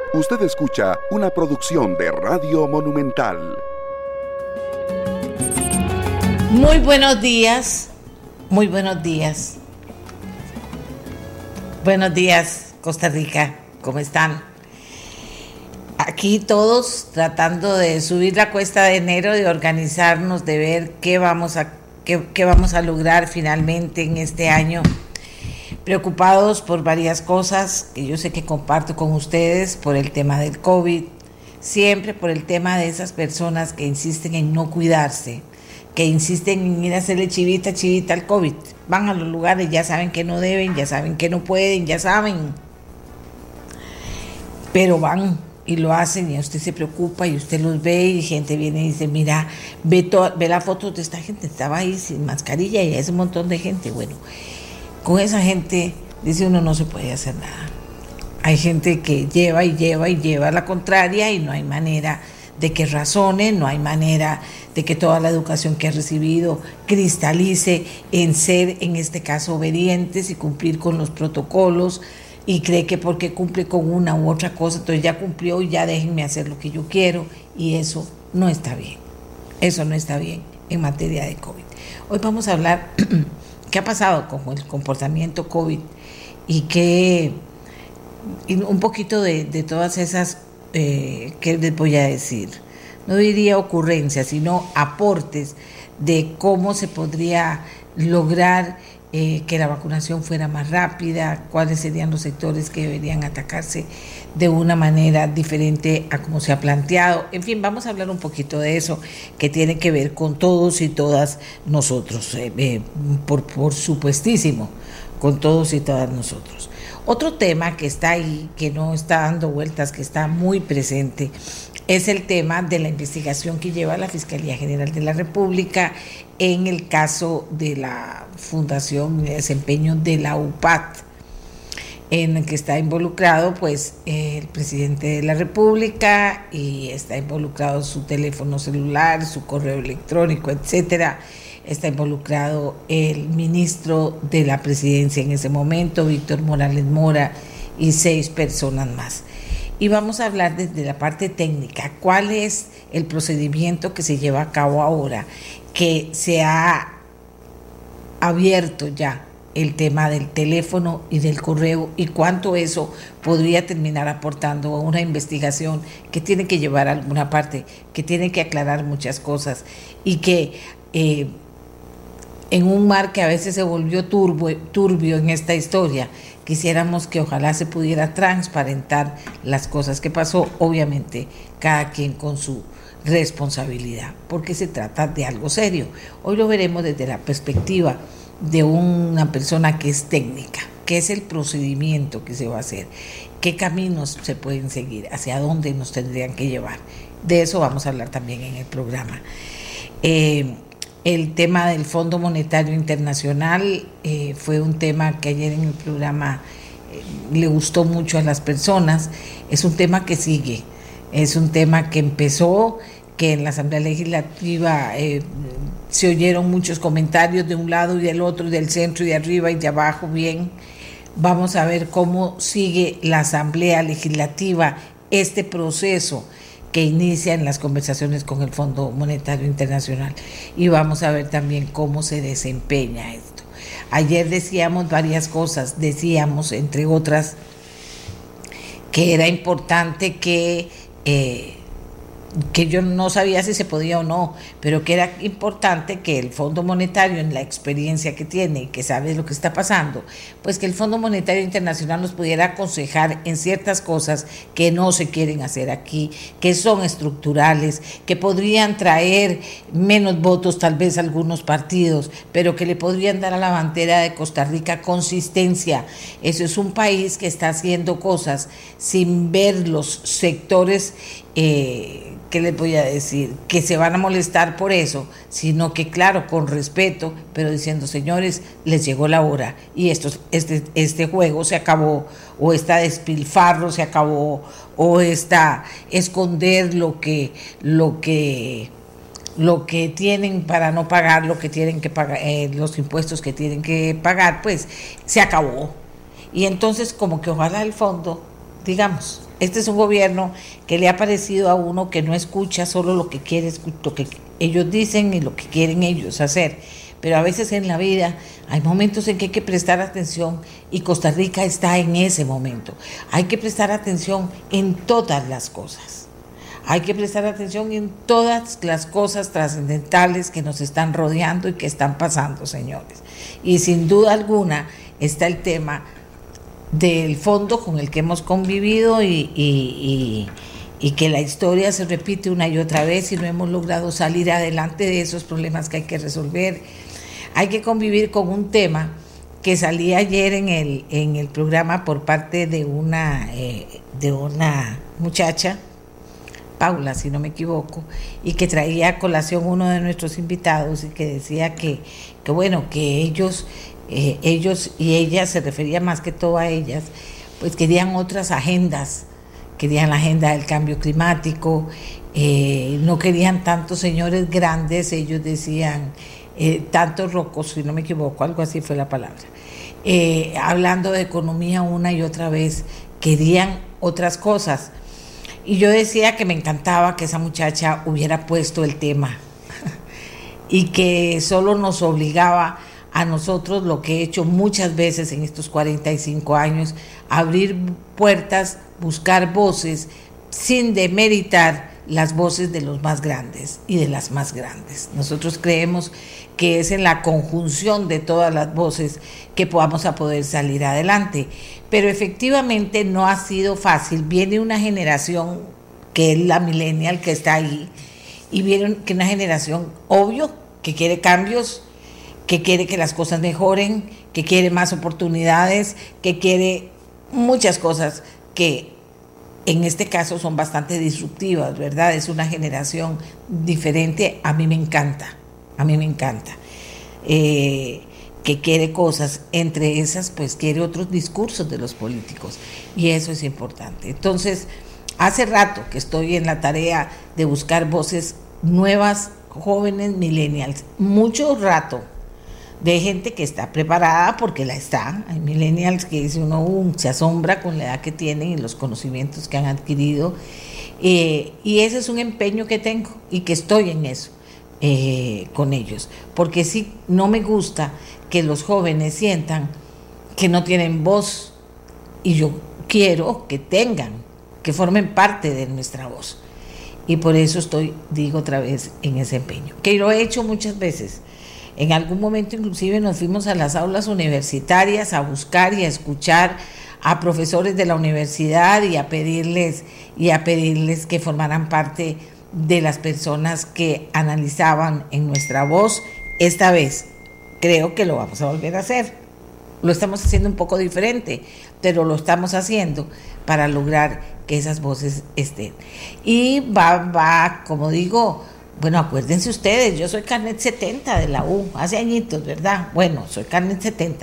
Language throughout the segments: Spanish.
Usted escucha una producción de Radio Monumental. Muy buenos días, muy buenos días. Buenos días, Costa Rica, ¿cómo están? Aquí todos tratando de subir la cuesta de enero, de organizarnos, de ver qué vamos a lograr finalmente en este año. Preocupados por varias cosas que yo sé que comparto con ustedes, por el tema del COVID, siempre por el tema de esas personas que insisten en no cuidarse, que insisten en ir a hacerle chivita al COVID. Van a los lugares, ya saben que no deben, ya saben que no pueden, ya saben, pero van y lo hacen y usted se preocupa y usted los ve y gente viene y dice, mira, ve la foto de esta gente, estaba ahí sin mascarilla y es un montón de gente. Bueno, con esa gente, dice uno, no se puede hacer nada. Hay gente que lleva la contraria y no hay manera de que razone, no hay manera de que toda la educación que ha recibido cristalice en ser, en este caso, obedientes y cumplir con los protocolos, y cree que porque cumple con una u otra cosa, entonces ya cumplió y ya déjenme hacer lo que yo quiero, y eso no está bien. Eso no está bien en materia de COVID. Hoy vamos a hablar qué ha pasado con el comportamiento COVID y un poquito de todas esas, ¿qué les voy a decir? No diría ocurrencias, sino aportes de cómo se podría lograr que la vacunación fuera más rápida, cuáles serían los sectores que deberían atacarse de una manera diferente a como se ha planteado. En fin, vamos a hablar un poquito de eso que tiene que ver con todos y todas nosotros, por supuestísimo, con todos y todas nosotros. Otro tema que está ahí, que no está dando vueltas, que está muy presente, es el tema de la investigación que lleva la Fiscalía General de la República en el caso de la Fundación de Desempeño de la UPAT, en el que está involucrado pues el presidente de la República, y está involucrado su teléfono celular, su correo electrónico, etcétera. Está involucrado el ministro de la Presidencia en ese momento, Víctor Morales Mora, y 6 personas más. Y vamos a hablar desde la parte técnica, cuál es el procedimiento que se lleva a cabo ahora, que se ha abierto ya el tema del teléfono y del correo, y cuánto eso podría terminar aportando a una investigación que tiene que llevar a alguna parte, que tiene que aclarar muchas cosas, y que en un mar que a veces se volvió turbio en esta historia, quisiéramos que ojalá se pudiera transparentar las cosas que pasó, obviamente cada quien con su responsabilidad, porque se trata de algo serio. Hoy lo veremos desde la perspectiva de una persona que es técnica, qué es el procedimiento que se va a hacer, qué caminos se pueden seguir, hacia dónde nos tendrían que llevar. De eso vamos a hablar también en el programa. El tema del Fondo Monetario Internacional fue un tema que ayer en el programa le gustó mucho a las personas. Es un tema que sigue, es un tema que empezó, que en la Asamblea Legislativa se oyeron muchos comentarios de un lado y del otro, del centro y de arriba y de abajo. Bien, vamos a ver cómo sigue la Asamblea Legislativa este proceso que inicia en las conversaciones con el Fondo Monetario Internacional, y vamos a ver también cómo se desempeña esto. Ayer decíamos varias cosas, decíamos entre otras que era importante que yo no sabía si se podía o no, pero que era importante que el Fondo Monetario, en la experiencia que tiene y que sabe lo que está pasando, pues que el Fondo Monetario Internacional nos pudiera aconsejar en ciertas cosas que no se quieren hacer aquí, que son estructurales, que podrían traer menos votos tal vez a algunos partidos, pero que le podrían dar a la bandera de Costa Rica consistencia. Eso es un país que está haciendo cosas sin ver los sectores ¿qué les voy a decir? Que se van a molestar por eso, sino que claro, con respeto, pero diciendo, señores, les llegó la hora y este juego se acabó, o este despilfarro se acabó, o esta esconder lo que tienen para no pagar lo que tienen que pagar, los impuestos que tienen que pagar, pues se acabó. Y entonces como que ojalá el fondo digamos. Este es un gobierno que le ha parecido a uno que no escucha solo lo que quiere, lo que ellos dicen y lo que quieren ellos hacer. Pero a veces en la vida hay momentos en que hay que prestar atención y Costa Rica está en ese momento. Hay que prestar atención en todas las cosas. Hay que prestar atención en todas las cosas trascendentales que nos están rodeando y que están pasando, señores. Y sin duda alguna está el tema del fondo con el que hemos convivido y que la historia se repite una y otra vez y no hemos logrado salir adelante de esos problemas que hay que resolver. Hay que convivir con un tema que salía ayer en el programa por parte de una muchacha, Paula, si no me equivoco, y que traía a colación uno de nuestros invitados y que decía que bueno, que ellos y ella, se refería más que todo a ellas, pues querían otras agendas, querían la agenda del cambio climático, no querían tantos señores grandes, ellos decían, tantos rocos, si no me equivoco, algo así fue la palabra, hablando de economía una y otra vez, querían otras cosas. Y yo decía que me encantaba que esa muchacha hubiera puesto el tema y que solo nos obligaba a nosotros, lo que he hecho muchas veces en estos 45 años, abrir puertas, buscar voces, sin demeritar las voces de los más grandes y de las más grandes. Nosotros creemos que es en la conjunción de todas las voces que vamos a poder salir adelante. Pero efectivamente no ha sido fácil. Viene una generación que es la millennial que está ahí, y viene que una generación, obvio, que quiere cambios, que quiere que las cosas mejoren, que quiere más oportunidades, que quiere muchas cosas que en este caso son bastante disruptivas, ¿verdad? Es una generación diferente, a mí me encanta, que quiere cosas, entre esas pues quiere otros discursos de los políticos, y eso es importante. Entonces, hace rato que estoy en la tarea de buscar voces nuevas, jóvenes, millennials, mucho rato, de gente que está preparada, porque la está. Hay millennials que dice uno, se asombra con la edad que tienen y los conocimientos que han adquirido, y ese es un empeño que tengo y que estoy en eso, con ellos, porque sí, no me gusta que los jóvenes sientan que no tienen voz, y yo quiero que tengan, que formen parte de nuestra voz, y por eso estoy, digo otra vez, en ese empeño, que lo he hecho muchas veces. En algún momento inclusive nos fuimos a las aulas universitarias a buscar y a escuchar a profesores de la universidad y a pedirles que formaran parte de las personas que analizaban en nuestra voz. Esta vez creo que lo vamos a volver a hacer. Lo estamos haciendo un poco diferente, pero lo estamos haciendo para lograr que esas voces estén. Y va, como digo, bueno, acuérdense ustedes, yo soy carnet 70 de la U, hace añitos, ¿verdad? Bueno, soy carnet 70.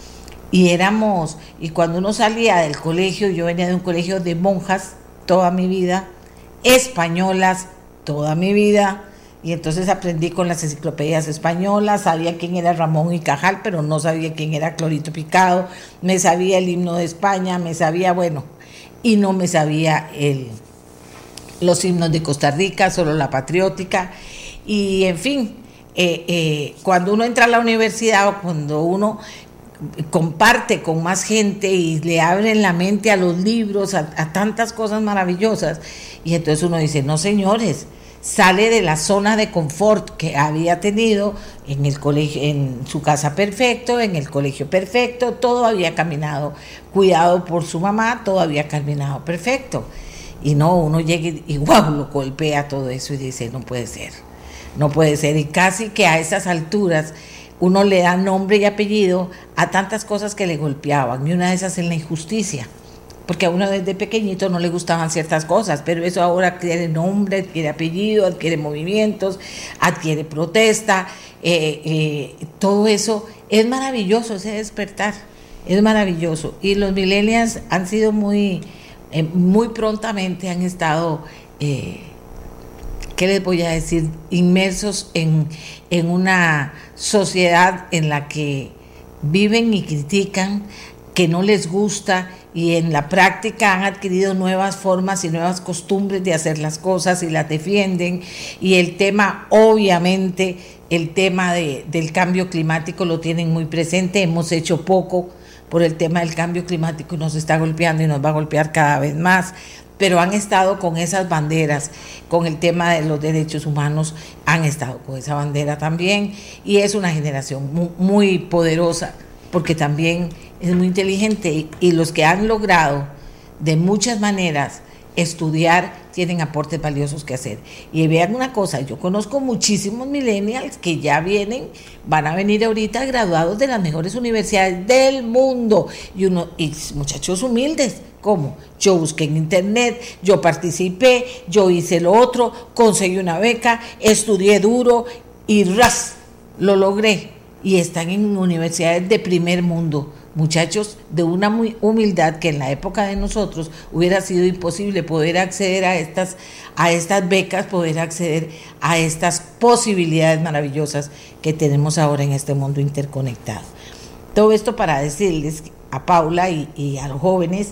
Y cuando uno salía del colegio, yo venía de un colegio de monjas toda mi vida, españolas toda mi vida, y entonces aprendí con las enciclopedias españolas, sabía quién era Ramón y Cajal, pero no sabía quién era Clorito Picado, me sabía el himno de España, me sabía, bueno, y no me sabía los himnos de Costa Rica, solo la patriótica, y en fin, cuando uno entra a la universidad o cuando uno comparte con más gente y le abren la mente a los libros, a tantas cosas maravillosas, y entonces uno dice, no señores, sale de la zona de confort que había tenido en el colegio, en su casa perfecto, en el colegio perfecto, todo había caminado, cuidado por su mamá, todo había caminado perfecto. Y no, uno llega y wow, lo golpea todo eso y dice, no puede ser. Y casi que a esas alturas uno le da nombre y apellido a tantas cosas que le golpeaban, y una de esas es la injusticia, porque a uno desde pequeñito no le gustaban ciertas cosas, pero eso ahora adquiere nombre, adquiere apellido, adquiere movimientos, adquiere protesta, todo eso es maravilloso, ese despertar es maravilloso, y los millennials han sido muy prontamente han estado, ¿qué les voy a decir?, inmersos en una sociedad en la que viven y critican, que no les gusta, y en la práctica han adquirido nuevas formas y nuevas costumbres de hacer las cosas y las defienden. Y el tema, obviamente, el tema del cambio climático lo tienen muy presente. Hemos hecho poco por el tema del cambio climático y nos está golpeando y nos va a golpear cada vez más, pero han estado con esas banderas, con el tema de los derechos humanos, han estado con esa bandera también, y es una generación muy, muy poderosa, porque también es muy inteligente, y los que han logrado de muchas maneras estudiar tienen aportes valiosos que hacer. Y vean una cosa, yo conozco muchísimos millennials que ya van a venir ahorita graduados de las mejores universidades del mundo, y muchachos humildes, como yo busqué en internet, yo participé, yo hice lo otro, conseguí una beca, estudié duro y lo logré, y están en universidades de primer mundo. Muchachos de una humildad que en la época de nosotros hubiera sido imposible poder acceder a estas becas, poder acceder a estas posibilidades maravillosas que tenemos ahora en este mundo interconectado. Todo esto para decirles a Paula y a los jóvenes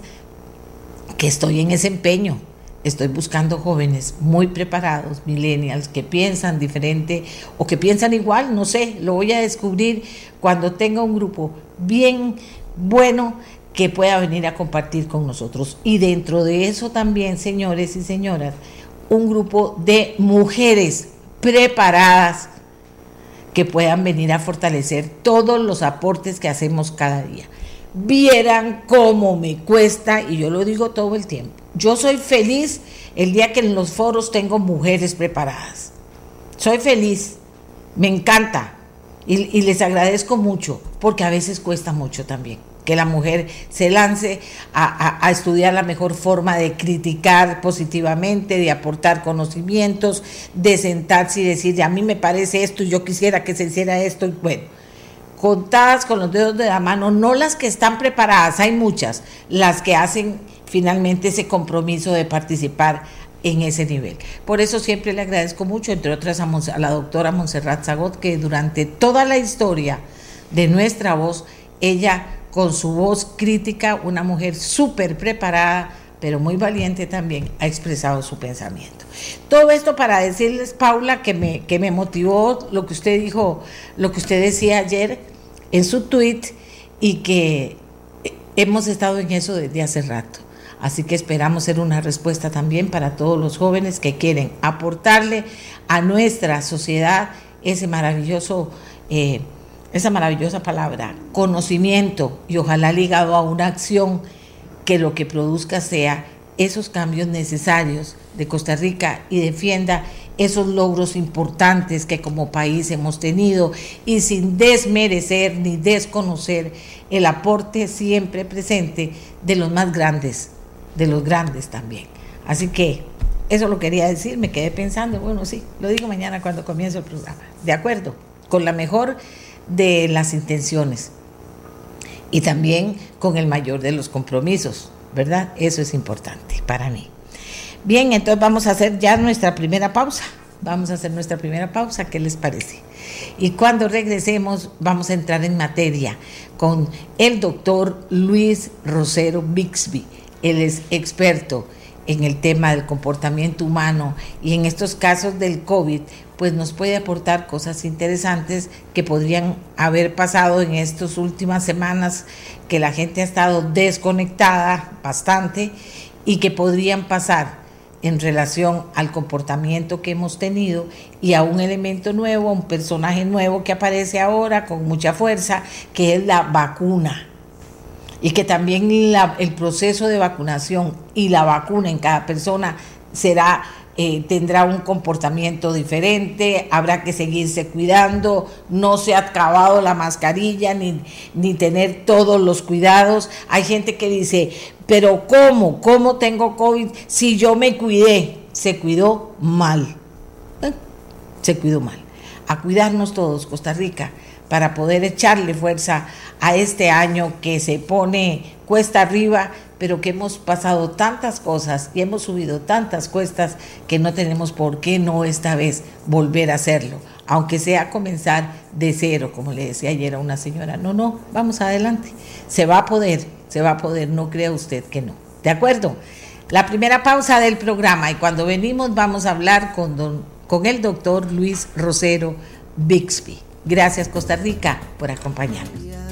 que estoy en ese empeño. Estoy buscando jóvenes muy preparados, millennials, que piensan diferente o que piensan igual, no sé, lo voy a descubrir cuando tenga un grupo bien bueno que pueda venir a compartir con nosotros. Y dentro de eso también, señores y señoras, un grupo de mujeres preparadas que puedan venir a fortalecer todos los aportes que hacemos cada día. Vieran cómo me cuesta, y yo lo digo todo el tiempo, yo soy feliz el día que en los foros tengo mujeres preparadas. Soy feliz, me encanta, y les agradezco mucho, porque a veces cuesta mucho también que la mujer se lance a estudiar la mejor forma de criticar positivamente, de aportar conocimientos, de sentarse y decir, a mí me parece esto y yo quisiera que se hiciera esto. Y bueno, contadas con los dedos de la mano, no las que están preparadas, hay muchas, las que hacen finalmente ese compromiso de participar en ese nivel. Por eso siempre le agradezco mucho, entre otras a la doctora Montserrat Zagot, que durante toda la historia de Nuestra Voz, ella con su voz crítica, una mujer súper preparada, pero muy valiente también, ha expresado su pensamiento. Todo esto para decirles, Paula, que me motivó lo que usted dijo, lo que usted decía ayer en su tweet, y que hemos estado en eso desde hace rato. Así que esperamos ser una respuesta también para todos los jóvenes que quieren aportarle a nuestra sociedad esa maravillosa palabra, conocimiento, y ojalá ligado a una acción que lo que produzca sea esos cambios necesarios de Costa Rica y defienda esos logros importantes que como país hemos tenido, y sin desmerecer ni desconocer el aporte siempre presente de los más grandes, de los grandes también. Así que eso lo quería decir, me quedé pensando, bueno, sí, lo digo mañana cuando comience el programa, de acuerdo, con la mejor de las intenciones y también con el mayor de los compromisos, ¿verdad? Eso es importante para mí. Bien, entonces vamos a hacer ya nuestra primera pausa. ¿Qué les parece? Y cuando regresemos vamos a entrar en materia con el doctor Luis Rosero Bixby. Él es experto en el tema del comportamiento humano, y en estos casos del COVID, pues nos puede aportar cosas interesantes que podrían haber pasado en estas últimas semanas, que la gente ha estado desconectada bastante, y que podrían pasar en relación al comportamiento que hemos tenido, y a un elemento nuevo, a un personaje nuevo que aparece ahora con mucha fuerza, que es la vacuna. Y que también el proceso de vacunación y la vacuna en cada persona tendrá un comportamiento diferente, habrá que seguirse cuidando, no se ha acabado la mascarilla ni tener todos los cuidados. Hay gente que dice, pero ¿cómo tengo COVID si yo me cuidé? Se cuidó mal. Se cuidó mal. A cuidarnos todos, Costa Rica, para poder echarle fuerza a este año que se pone cuesta arriba, pero que hemos pasado tantas cosas y hemos subido tantas cuestas que no tenemos por qué no esta vez volver a hacerlo, aunque sea comenzar de cero, como le decía ayer a una señora. No, vamos adelante, se va a poder, no crea usted que no. ¿De acuerdo? La primera pausa del programa, y cuando venimos vamos a hablar con el doctor Luis Rosero Bixby. Gracias, Costa Rica, por acompañarnos.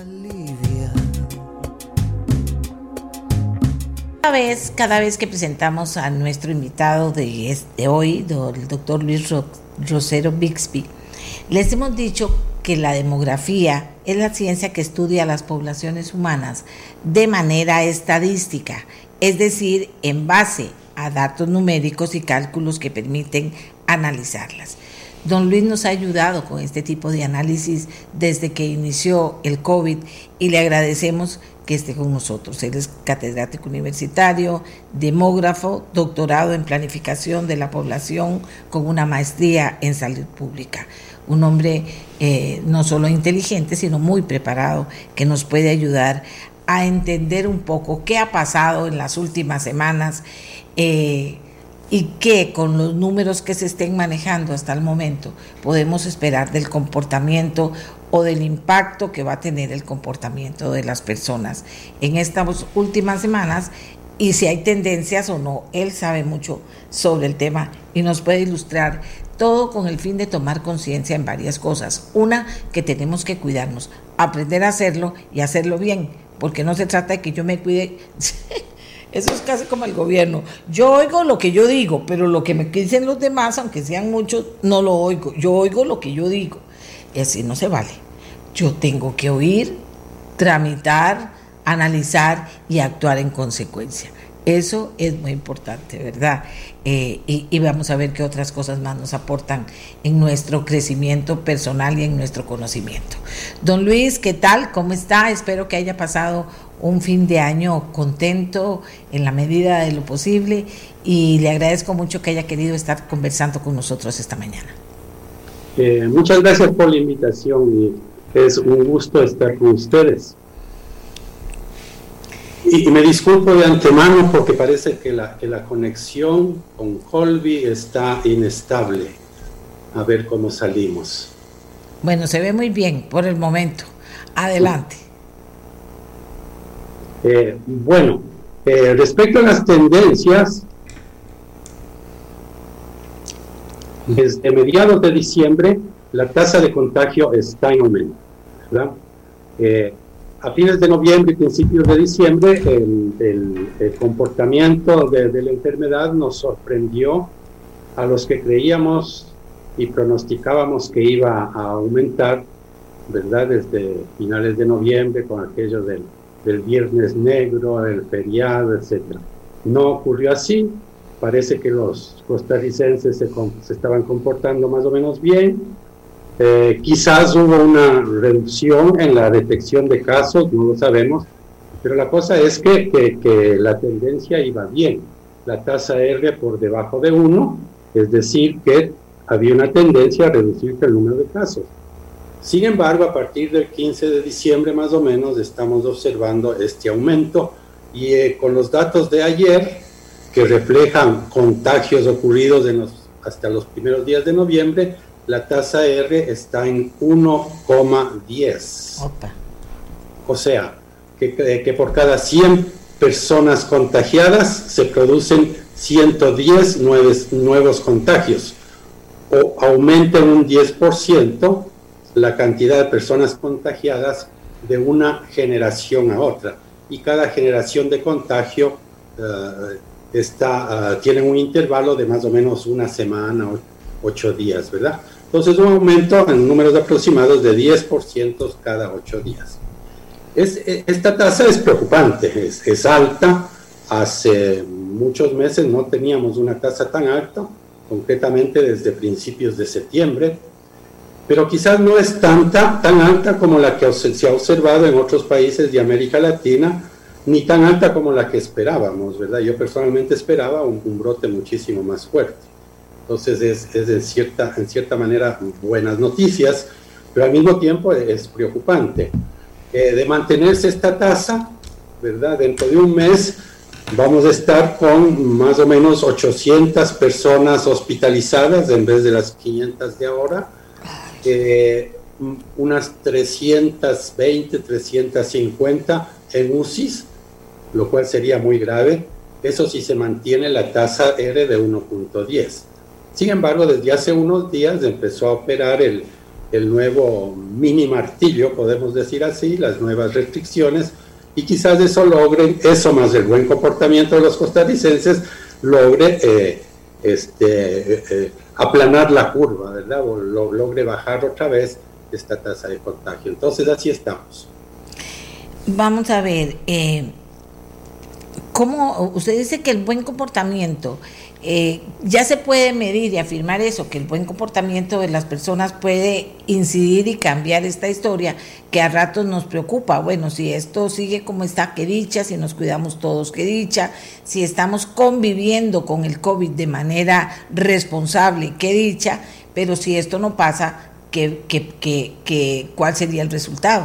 Cada vez que presentamos a nuestro invitado de hoy, el doctor Luis Rosero Bixby, les hemos dicho que la demografía es la ciencia que estudia las poblaciones humanas de manera estadística, es decir, en base a datos numéricos y cálculos que permiten analizarlas. Don Luis nos ha ayudado con este tipo de análisis desde que inició el COVID y le agradecemos que esté con nosotros. Él es catedrático universitario, demógrafo, doctorado en planificación de la población con una maestría en salud pública. Un hombre no solo inteligente, sino muy preparado, que nos puede ayudar a entender un poco qué ha pasado en las últimas semanas y qué, con los números que se estén manejando hasta el momento, podemos esperar del comportamiento o del impacto que va a tener el comportamiento de las personas en estas últimas semanas, y si hay tendencias o no. Él sabe mucho sobre el tema y nos puede ilustrar todo con el fin de tomar conciencia en varias cosas. Una, que tenemos que cuidarnos, aprender a hacerlo y hacerlo bien, porque no se trata de que yo me cuide. Eso es casi como el gobierno. Yo oigo lo que yo digo, pero lo que me dicen los demás, aunque sean muchos, no lo oigo. Yo oigo lo que yo digo. Y así no se vale. Yo tengo que oír, tramitar, analizar y actuar en consecuencia. Eso es muy importante, ¿verdad? Y vamos a ver qué otras cosas más nos aportan en nuestro crecimiento personal y en nuestro conocimiento. Don Luis, ¿qué tal? ¿Cómo está? Espero que haya pasado un fin de año contento en la medida de lo posible, y le agradezco mucho que haya querido estar conversando con nosotros esta mañana. Muchas gracias por la invitación, y es un gusto estar con ustedes. Y me disculpo de antemano porque parece que la conexión con Colby está inestable. A ver cómo salimos. Bueno, se ve muy bien por el momento. Adelante. Respecto a las tendencias, desde mediados de diciembre la tasa de contagio está en aumento, ¿verdad? A fines de noviembre y principios de diciembre el comportamiento de la enfermedad nos sorprendió a los que creíamos y pronosticábamos que iba a aumentar, ¿verdad? Desde finales de noviembre, con aquello del Viernes Negro, el feriado, etc. No ocurrió así. Parece que los costarricenses se estaban comportando más o menos bien. Quizás hubo una reducción en la detección de casos, no lo sabemos, pero la cosa es que la tendencia iba bien. La tasa R por debajo de 1, es decir, que había una tendencia a reducirse el número de casos. Sin embargo, a partir del 15 de diciembre más o menos estamos observando este aumento, y con los datos de ayer, que reflejan contagios ocurridos hasta los primeros días de noviembre, la tasa R está en 1,10. O sea, que por cada 100 personas contagiadas se producen 110 nuevos contagios, o aumenta en un 10% la cantidad de personas contagiadas de una generación a otra, y cada generación de contagio tiene un intervalo de más o menos una semana o 8 días, ¿verdad? Entonces, un aumento en números aproximados de 10% cada 8 días. Esta tasa es preocupante, es alta. Hace muchos meses no teníamos una tasa tan alta, concretamente desde principios de septiembre, pero quizás no es tan alta como la que se ha observado en otros países de América Latina, ni tan alta como la que esperábamos, ¿verdad? Yo personalmente esperaba un brote muchísimo más fuerte. Entonces es en cierta manera buenas noticias, pero al mismo tiempo es preocupante. De mantenerse esta tasa, ¿verdad? Dentro de un mes vamos a estar con más o menos 800 personas hospitalizadas en vez de las 500 de ahora, unas 320, 350 en UCIs, lo cual sería muy grave. Eso sí se mantiene la tasa R de 1.10. Sin embargo, desde hace unos días empezó a operar el nuevo mini martillo, podemos decir así, las nuevas restricciones, y quizás eso logre, eso más el buen comportamiento de los costarricenses, logre aplanar la curva, ¿verdad? O logre bajar otra vez esta tasa de contagio. Entonces, así estamos. Vamos a ver, ¿cómo usted dice que el buen comportamiento, ya se puede medir y afirmar eso, que el buen comportamiento de las personas puede incidir y cambiar esta historia que a ratos nos preocupa? Bueno, si esto sigue como está, qué dicha, si nos cuidamos todos, qué dicha, si estamos conviviendo con el COVID de manera responsable, qué dicha, pero si esto no pasa, ¿cuál sería el resultado?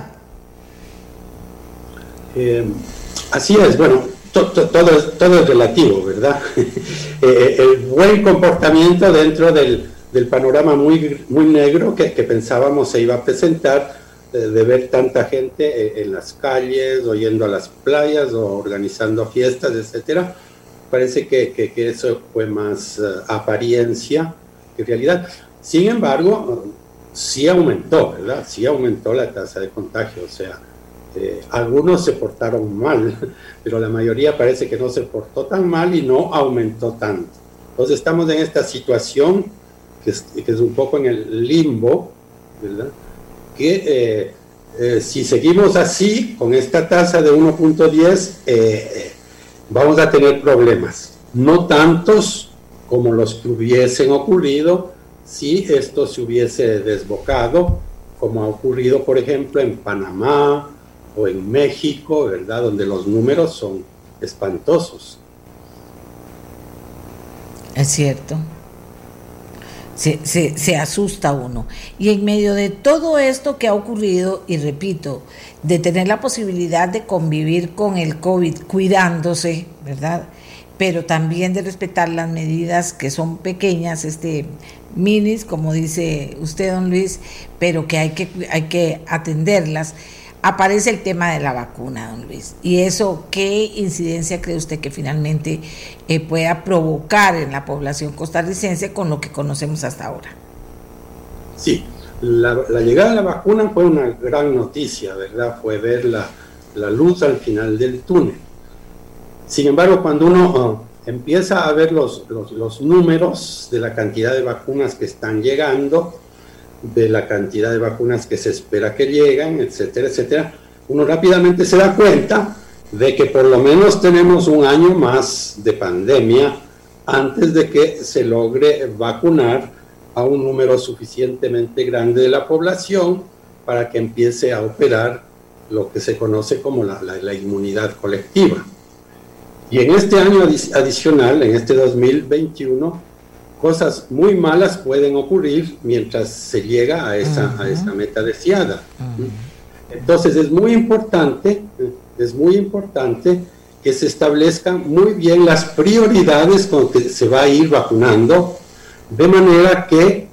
Así es, bueno. Todo es relativo, ¿verdad? El buen comportamiento dentro del panorama muy negro que pensábamos se iba a presentar, de ver tanta gente en las calles, o yendo a las playas, o organizando fiestas, etcétera. Parece que eso fue más apariencia que realidad. Sin embargo, sí aumentó, ¿verdad? Sí aumentó la tasa de contagio, o sea, algunos se portaron mal, pero la mayoría parece que no se portó tan mal y no aumentó tanto. Entonces estamos en esta situación que es un poco en el limbo, ¿verdad? Que si seguimos así, con esta tasa de 1.10, vamos a tener problemas. No tantos como los que hubiesen ocurrido si esto se hubiese desbocado, como ha ocurrido, por ejemplo, en Panamá, o en México, ¿verdad?, donde los números son espantosos. Es cierto. Se asusta uno. Y en medio de todo esto que ha ocurrido, y repito, de tener la posibilidad de convivir con el COVID cuidándose, ¿verdad?, pero también de respetar las medidas que son pequeñas, minis, como dice usted, don Luis, pero que hay que atenderlas. Aparece el tema de la vacuna, don Luis. ¿Y eso qué incidencia cree usted que finalmente pueda provocar en la población costarricense con lo que conocemos hasta ahora? Sí, la llegada de la vacuna fue una gran noticia, ¿verdad? Fue ver la luz al final del túnel. Sin embargo, cuando uno empieza a ver los números de la cantidad de vacunas que están llegando, de la cantidad de vacunas que se espera que lleguen, etcétera, etcétera, uno rápidamente se da cuenta de que por lo menos tenemos un año más de pandemia antes de que se logre vacunar a un número suficientemente grande de la población para que empiece a operar lo que se conoce como la inmunidad colectiva. Y en este año adicional, en este 2021, cosas muy malas pueden ocurrir mientras se llega a esa meta deseada. Entonces es muy importante que se establezcan muy bien las prioridades con que se va a ir vacunando, de manera que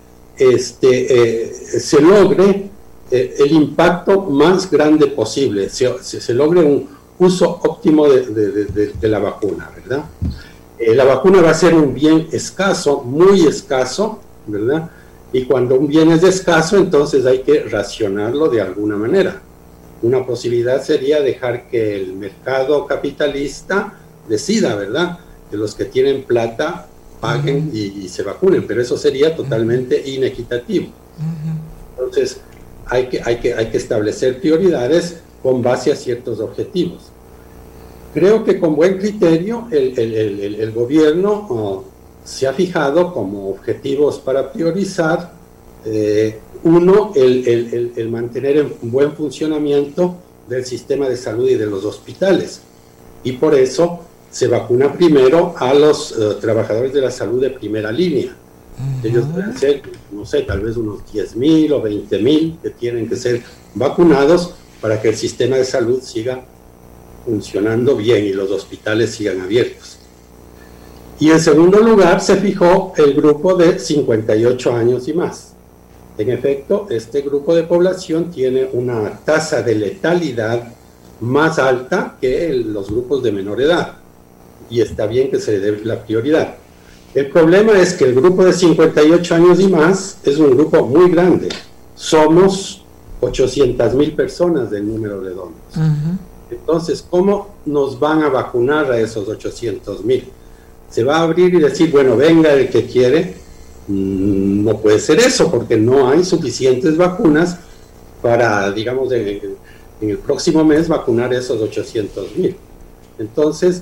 se logre el impacto más grande posible, se logre un uso óptimo de la vacuna, ¿verdad? La vacuna va a ser un bien escaso, muy escaso, ¿verdad? Y cuando un bien es escaso, entonces hay que racionarlo de alguna manera. Una posibilidad sería dejar que el mercado capitalista decida, ¿verdad?, que los que tienen plata paguen y se vacunen, pero eso sería totalmente inequitativo. Entonces, hay que establecer prioridades con base a ciertos objetivos. Creo que con buen criterio el gobierno se ha fijado como objetivos para priorizar, uno, el mantener en buen funcionamiento del sistema de salud y de los hospitales. Y por eso se vacuna primero a los trabajadores de la salud de primera línea, Ellos deben ser, no sé, tal vez unos 10.000 o 20.000 que tienen que ser vacunados para que el sistema de salud siga funcionando bien y los hospitales sigan abiertos. Y en segundo lugar se fijó el grupo de 58 años y más. En efecto, este grupo de población tiene una tasa de letalidad más alta que los grupos de menor edad, y está bien que se le dé la prioridad. El problema es que el grupo de 58 años y más es un grupo muy grande. Somos 800,000 personas del número redondo. Entonces, ¿cómo nos van a vacunar a esos 800,000? Se va a abrir y decir, bueno, venga el que quiere. No puede ser eso, porque no hay suficientes vacunas para, digamos, en el próximo mes vacunar esos 800,000. Entonces,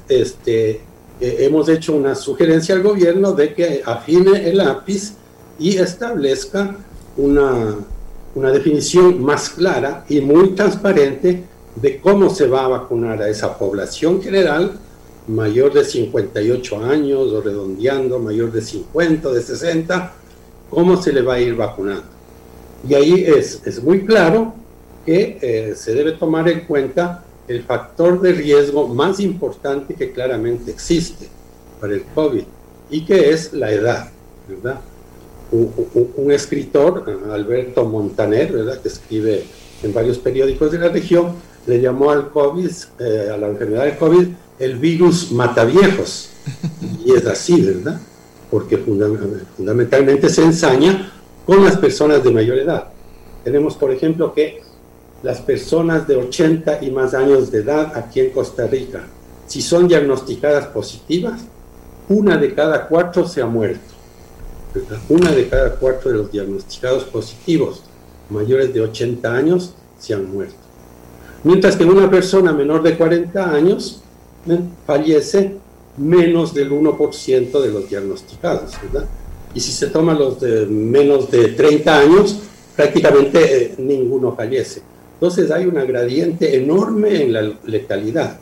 hemos hecho una sugerencia al gobierno de que afine el lápiz y establezca una definición más clara y muy transparente de cómo se va a vacunar a esa población general mayor de 58 años o redondeando, mayor de 50, de 60, cómo se le va a ir vacunando. Y ahí es muy claro que se debe tomar en cuenta el factor de riesgo más importante que claramente existe para el COVID, y que es la edad, ¿verdad? Un escritor, Alberto Montaner, ¿verdad?, que escribe en varios periódicos de la región, le llamó al COVID, a la enfermedad del COVID, el virus mataviejos. Y es así, ¿verdad? Porque fundamentalmente se ensaña con las personas de mayor edad. Tenemos, por ejemplo, que las personas de 80 y más años de edad aquí en Costa Rica, si son diagnosticadas positivas, 1 de cada 4 se ha muerto, ¿verdad? 1 de cada 4 de los diagnosticados positivos mayores de 80 años se han muerto. Mientras que una persona menor de 40 años fallece menos del 1% de los diagnosticados, ¿verdad? Y si se toman los de menos de 30 años, prácticamente ninguno fallece. Entonces hay una gradiente enorme en la letalidad.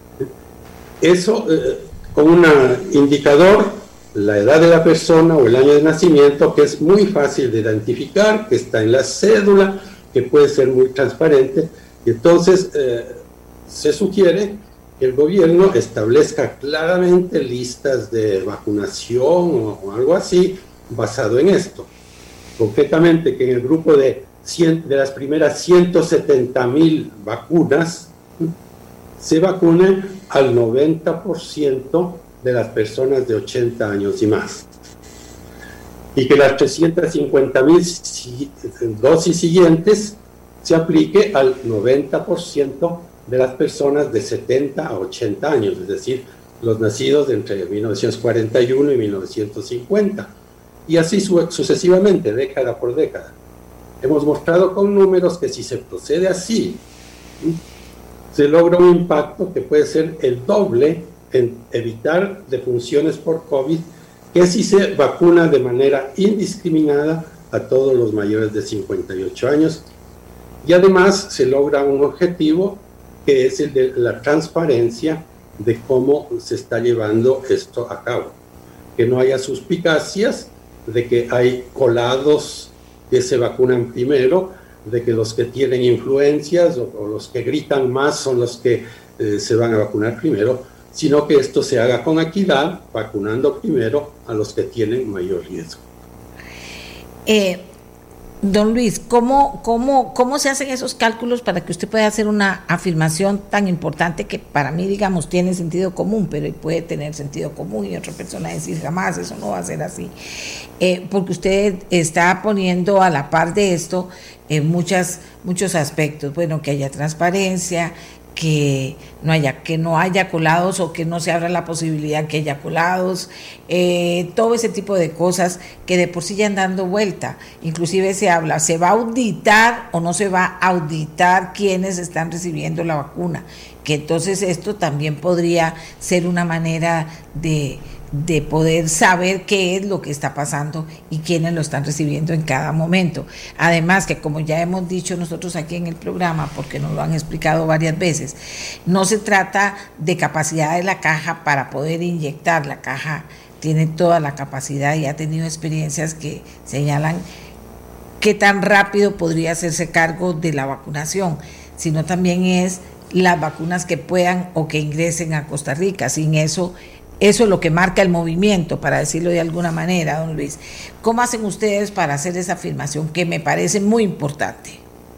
Eso con un indicador, la edad de la persona o el año de nacimiento, que es muy fácil de identificar, que está en la cédula, que puede ser muy transparente. Y entonces se sugiere que el gobierno establezca claramente listas de vacunación o algo así basado en esto. Concretamente, que en el grupo de las primeras 170,000 vacunas se vacune al 90% de las personas de 80 años y más. Y que las 350,000 dosis siguientes se aplique al 90% de las personas de 70 a 80 años, es decir, los nacidos entre 1941 y 1950, y así sucesivamente, década por década. Hemos mostrado con números que si se procede así, se logra un impacto que puede ser el doble en evitar defunciones por COVID, que si se vacuna de manera indiscriminada a todos los mayores de 58 años, y además se logra un objetivo que es el de la transparencia de cómo se está llevando esto a cabo. Que no haya suspicacias de que hay colados que se vacunan primero, de que los que tienen influencias o los que gritan más son los que se van a vacunar primero, sino que esto se haga con equidad, vacunando primero a los que tienen mayor riesgo. Don Luis, ¿cómo se hacen esos cálculos para que usted pueda hacer una afirmación tan importante que para mí, digamos, tiene sentido común, pero puede tener sentido común y otra persona decir jamás, eso no va a ser así? Porque usted está poniendo a la par de esto muchos aspectos, bueno, que haya transparencia, que no haya colados o que no se abra la posibilidad que haya colados, todo ese tipo de cosas que de por sí ya han dando vuelta. Inclusive se habla, ¿se va a auditar o no se va a auditar quienes están recibiendo la vacuna? Que entonces esto también podría ser una manera de poder saber qué es lo que está pasando y quiénes lo están recibiendo en cada momento. Además que, como ya hemos dicho nosotros aquí en el programa, porque nos lo han explicado varias veces, no se trata de capacidad de la caja para poder inyectar. La caja tiene toda la capacidad y ha tenido experiencias que señalan qué tan rápido podría hacerse cargo de la vacunación, sino también es las vacunas que puedan o que ingresen a Costa Rica. Sin eso es lo que marca el movimiento, para decirlo de alguna manera, don Luis. ¿Cómo hacen ustedes para hacer esa afirmación que me parece muy importante?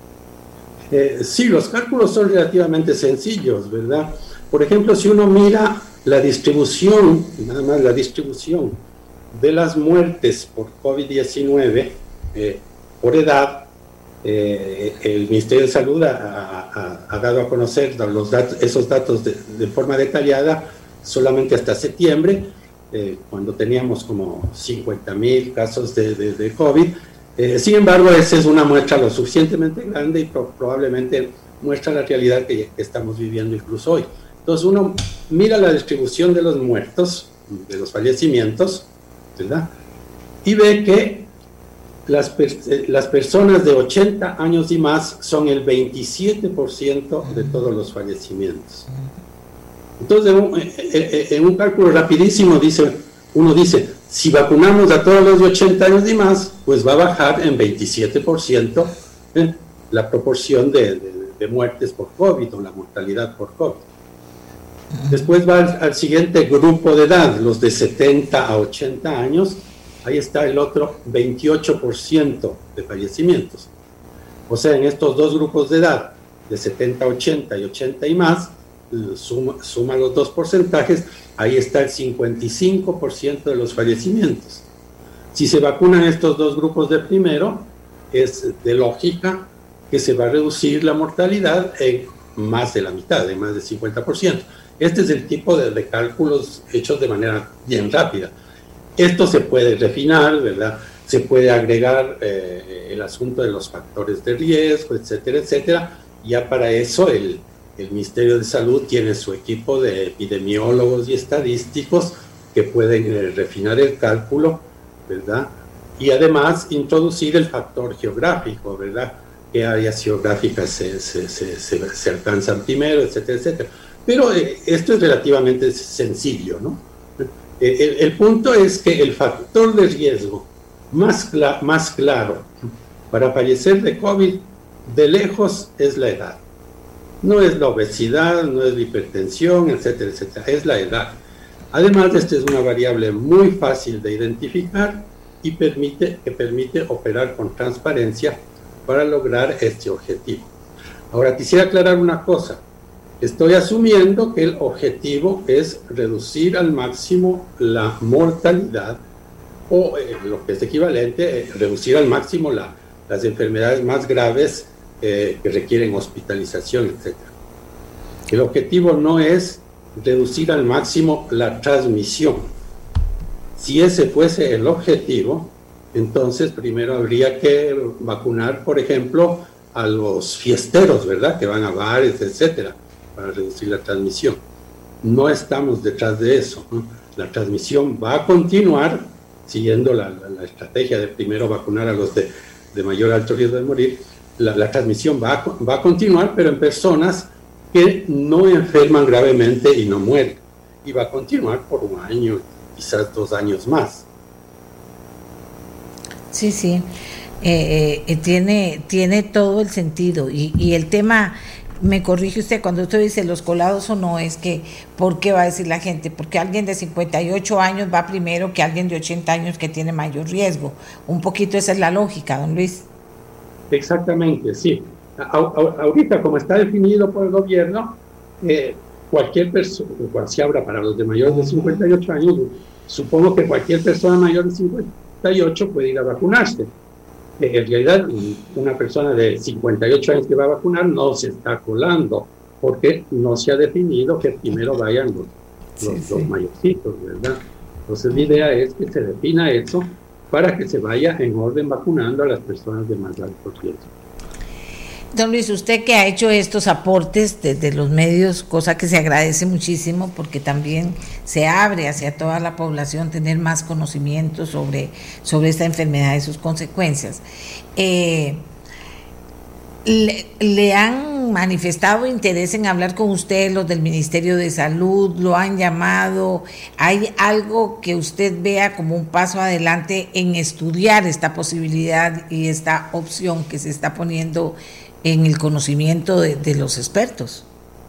Sí, los cálculos son relativamente sencillos, ¿verdad? Por ejemplo, si uno mira la distribución, nada más la distribución de las muertes por COVID-19 por edad, el Ministerio de Salud ha dado a conocer esos datos de forma detallada solamente hasta septiembre, cuando teníamos como 50,000 casos de COVID. Sin embargo, esa es una muestra lo suficientemente grande y probablemente muestra la realidad que estamos viviendo incluso hoy. Entonces uno mira la distribución de los muertos, de los fallecimientos, ¿verdad? Y ve que las personas de 80 años y más son el 27% de todos los fallecimientos. Entonces, en un cálculo rapidísimo uno dice, si vacunamos a todos los de 80 años y más, pues va a bajar en 27% la proporción de muertes por COVID o la mortalidad por COVID. Después va al siguiente grupo de edad, los de 70 a 80 años, ahí está el otro 28% de fallecimientos. O sea, en estos dos grupos de edad, de 70 a 80 y 80 y más, suma los dos porcentajes, ahí está el 55% de los fallecimientos. Si se vacunan estos dos grupos de primero, es de lógica que se va a reducir la mortalidad en más de la mitad, en más del 50%. Este es el tipo de cálculos hechos de manera bien rápida. Esto se puede refinar, ¿verdad? Se puede agregar el asunto de los factores de riesgo, etcétera, etcétera. Ya para eso el Ministerio de Salud tiene su equipo de epidemiólogos y estadísticos que pueden refinar el cálculo, ¿verdad? Y además introducir el factor geográfico, ¿verdad? Qué áreas geográficas se alcanzan primero, etcétera, etcétera. Pero esto es relativamente sencillo, ¿no? El punto es que el factor de riesgo más claro para fallecer de COVID de lejos es la edad. No es la obesidad, no es la hipertensión, etcétera, etcétera, es la edad. Además, esta es una variable muy fácil de identificar y permite operar con transparencia para lograr este objetivo. Ahora, quisiera aclarar una cosa. Estoy asumiendo que el objetivo es reducir al máximo la mortalidad o lo que es equivalente, reducir al máximo las enfermedades más graves que requieren hospitalización, etc. El objetivo no es reducir al máximo la transmisión. Si ese fuese el objetivo, entonces primero habría que vacunar, por ejemplo, a los fiesteros, ¿verdad? Que van a bares, etcétera, para reducir la transmisión. No estamos detrás de eso, ¿no? La transmisión va a continuar siguiendo la estrategia de primero vacunar a los de mayor alto riesgo de morir. La transmisión va a continuar, pero en personas que no enferman gravemente y no mueren. Y va a continuar por 1 año, quizás 2 años más. Sí, sí. Tiene todo el sentido. Y el tema, me corrige usted, cuando usted dice los colados o no, es que, ¿por qué va a decir la gente? Porque alguien de 58 años va primero que alguien de 80 años que tiene mayor riesgo. Un poquito esa es la lógica, don Luis. Exactamente, sí. Ahorita, como está definido por el gobierno, cualquier persona, cuando se abra para los de mayores de 58 años, supongo que cualquier persona mayor de 58 puede ir a vacunarse. En realidad, una persona de 58 años que va a vacunar no se está colando, porque no se ha definido que primero vayan los mayorcitos, ¿verdad? Entonces, la idea es que se defina eso para que se vaya en orden vacunando a las personas de más alto riesgo. Don Luis, usted que ha hecho estos aportes desde los medios, cosa que se agradece muchísimo porque también se abre hacia toda la población tener más conocimiento sobre esta enfermedad y sus consecuencias. ¿Le han manifestado interés en hablar con usted, los del Ministerio de Salud? ¿Lo han llamado? ¿Hay algo que usted vea como un paso adelante en estudiar esta posibilidad y esta opción que se está poniendo en el conocimiento de los expertos?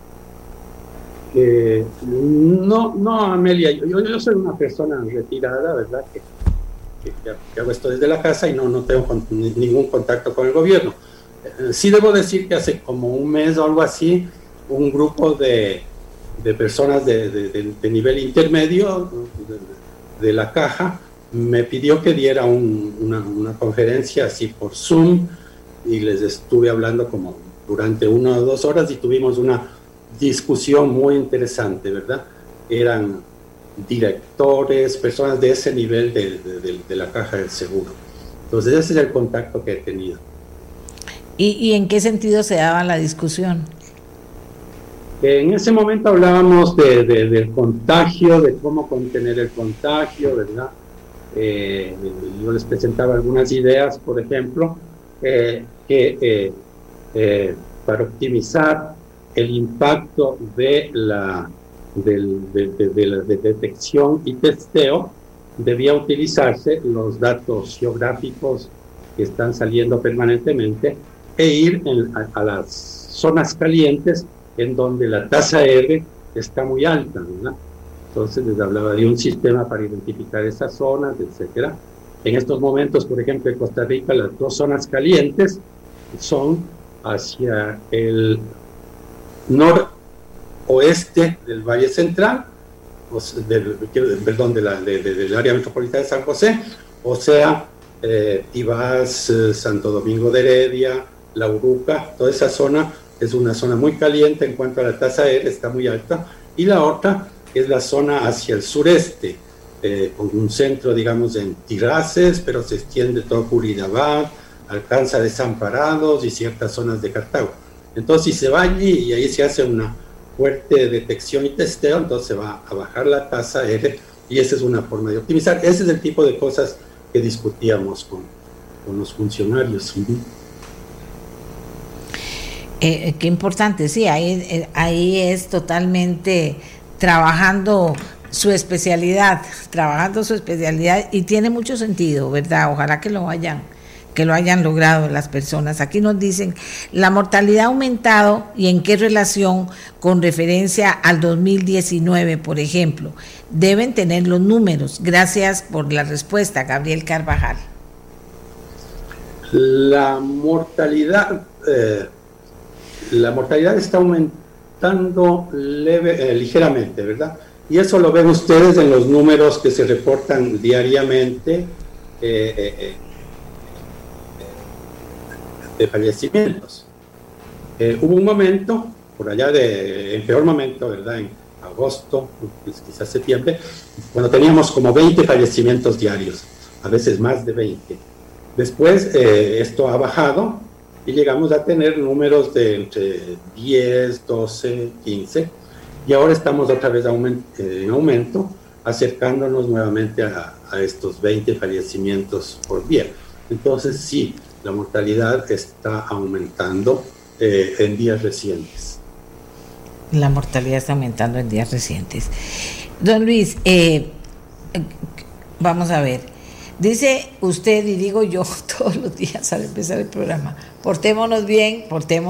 No, Amelia, yo soy una persona retirada, ¿verdad? Que hago esto desde la casa y no tengo ningún contacto con el gobierno. Sí debo decir que hace como un mes o algo así, un grupo de personas de nivel intermedio de la caja me pidió que diera una conferencia así por Zoom, y les estuve hablando como durante 1 o 2 horas y tuvimos una discusión muy interesante, ¿verdad? Eran directores, personas de ese nivel de la caja del seguro. Entonces ese es el contacto que he tenido. ¿Y en qué sentido se daba la discusión? En ese momento hablábamos del contagio, de cómo contener el contagio, ¿verdad? Yo les presentaba algunas ideas, por ejemplo, para optimizar el impacto de la detección y testeo, debía utilizarse los datos geográficos que están saliendo permanentemente e ir a las zonas calientes en donde la tasa R está muy alta, ¿verdad? Entonces les hablaba de un sistema para identificar esas zonas, etcétera. En estos momentos, por ejemplo, en Costa Rica, las 2 zonas calientes son hacia el noroeste del Valle Central, del área metropolitana de San José, o sea, Tibás, Santo Domingo de Heredia, La Uruca. Toda esa zona es una zona muy caliente en cuanto a la tasa R, está muy alta, y la otra es la zona hacia el sureste, con un centro, digamos, en Tiraces, pero se extiende todo Curridabat, alcanza Desamparados y ciertas zonas de Cartago. Entonces, si se va allí y ahí se hace una fuerte detección y testeo, entonces se va a bajar la tasa R, y esa es una forma de optimizar. Ese es el tipo de cosas que discutíamos con los funcionarios. Qué importante, sí, ahí es totalmente trabajando su especialidad, y tiene mucho sentido, ¿verdad? Ojalá que lo hayan logrado las personas. Aquí nos dicen, la mortalidad ha aumentado, y en qué relación con referencia al 2019, por ejemplo. Deben tener los números. Gracias por la respuesta, Gabriel Carvajal. La mortalidad está aumentando ligeramente, ¿verdad? Y eso lo ven ustedes en los números que se reportan diariamente de fallecimientos. Hubo un momento, por allá en peor momento, ¿verdad? En agosto, quizás septiembre, cuando teníamos como 20 fallecimientos diarios, a veces más de 20. Después esto ha bajado y llegamos a tener números de entre 10, 12, 15, y ahora estamos otra vez en aumento, acercándonos nuevamente a estos 20 fallecimientos por día. Entonces sí, la mortalidad está aumentando en días recientes. La mortalidad está aumentando en días recientes. Don Luis, vamos a ver. Dice usted, y digo yo todos los días al empezar el programa, portémonos bien,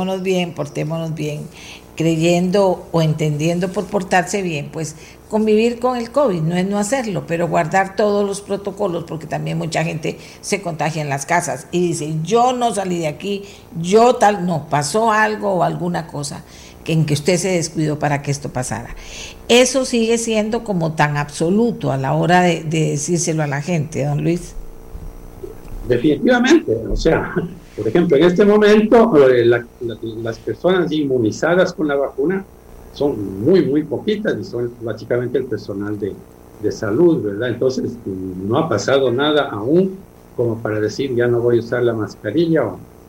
creyendo o entendiendo por portarse bien, pues convivir con el COVID, no es no hacerlo, pero guardar todos los protocolos, porque también mucha gente se contagia en las casas y dice, yo no salí de aquí, no, pasó algo o alguna cosa en que usted se descuidó para que esto pasara. Eso sigue siendo como tan absoluto a la hora de decírselo a la gente, don Luis. Definitivamente, o sea, por ejemplo, en este momento las personas inmunizadas con la vacuna son muy poquitas, y son básicamente el personal de salud, ¿verdad? Entonces no ha pasado nada aún como para decir ya no voy a usar la mascarilla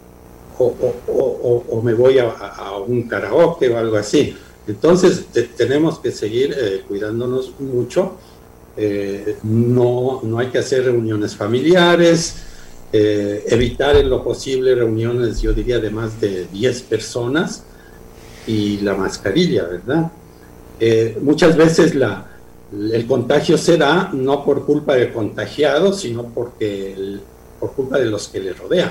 o me voy a un karaoke o algo así. Entonces tenemos que seguir cuidándonos mucho. No hay que hacer reuniones familiares, evitar en lo posible reuniones, yo diría, de más de 10 personas, y la mascarilla, ¿verdad? Muchas veces el contagio se da no por culpa del contagiado, sino por culpa de los que le rodean.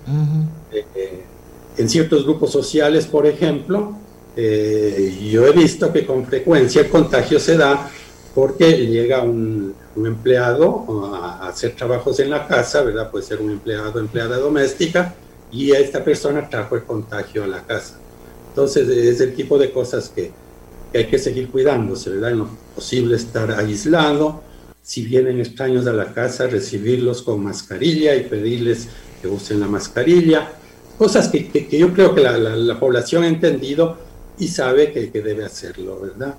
En ciertos grupos sociales, por ejemplo, yo he visto que con frecuencia el contagio se da porque llega un empleado a hacer trabajos en la casa, ¿verdad? Puede ser un empleado o empleada doméstica, y esta persona trajo el contagio a la casa. Entonces es el tipo de cosas que hay que seguir cuidándose, ¿verdad? En lo posible estar aislado. Si vienen extraños a la casa, recibirlos con mascarilla y pedirles que usen la mascarilla. Cosas que yo creo que la población ha entendido y sabe que debe hacerlo, ¿verdad?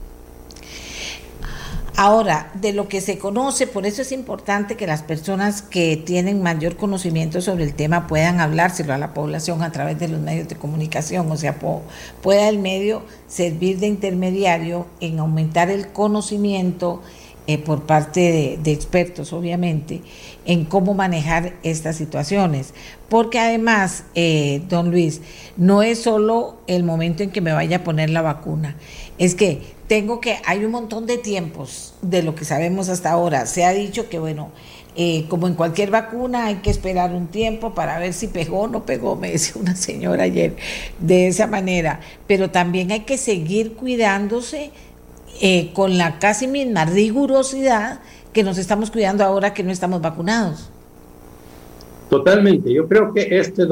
Ahora, de lo que se conoce, por eso es importante que las personas que tienen mayor conocimiento sobre el tema puedan hablárselo a la población a través de los medios de comunicación, o sea, pueda el medio servir de intermediario en aumentar el conocimiento por parte de expertos, obviamente, en cómo manejar estas situaciones. Porque además, don Luis, no es solo el momento en que me vaya a poner la vacuna, es que hay un montón de tiempos de lo que sabemos hasta ahora. Se ha dicho que, bueno, como en cualquier vacuna hay que esperar un tiempo para ver si pegó o no pegó, me decía una señora ayer, de esa manera. Pero también hay que seguir cuidándose con la casi misma rigurosidad que nos estamos cuidando ahora que no estamos vacunados. Totalmente. Yo creo que este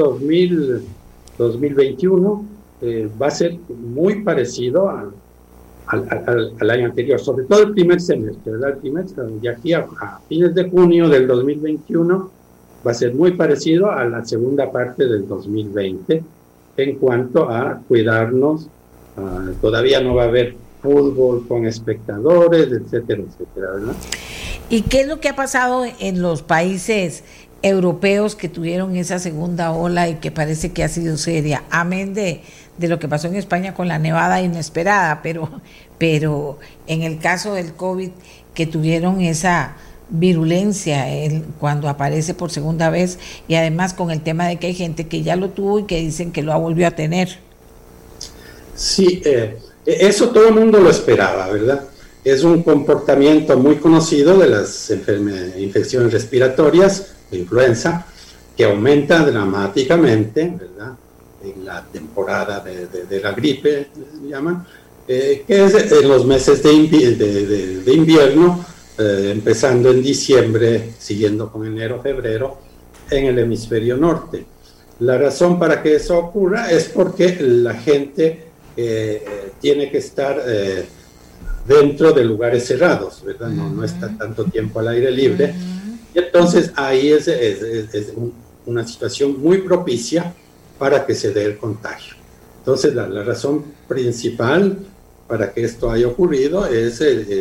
2021 va a ser muy parecido al año anterior, sobre todo el primer semestre, ¿verdad? De aquí a fines de junio del 2021 va a ser muy parecido a la segunda parte del 2020 en cuanto a cuidarnos. Todavía no va a haber fútbol con espectadores, etcétera, etcétera, ¿verdad? ¿Y qué es lo que ha pasado en los países europeos que tuvieron esa segunda ola y que parece que ha sido seria? Amén de lo que pasó en España con la nevada inesperada, pero en el caso del COVID, que tuvieron esa virulencia cuando aparece por segunda vez, y además con el tema de que hay gente que ya lo tuvo y que dicen que lo volvió a tener. Sí, eso todo el mundo lo esperaba, ¿verdad? Es un comportamiento muy conocido de las infecciones respiratorias, de influenza, que aumenta dramáticamente, ¿verdad? En la temporada de la gripe, se llaman, que es en los meses de invierno, empezando en diciembre, siguiendo con enero, febrero, en el hemisferio norte. La razón para que eso ocurra es porque la gente tiene que estar dentro de lugares cerrados, ¿verdad? No está tanto tiempo al aire libre. Y entonces ahí es una situación muy propicia para que se dé el contagio. Entonces la razón principal para que esto haya ocurrido es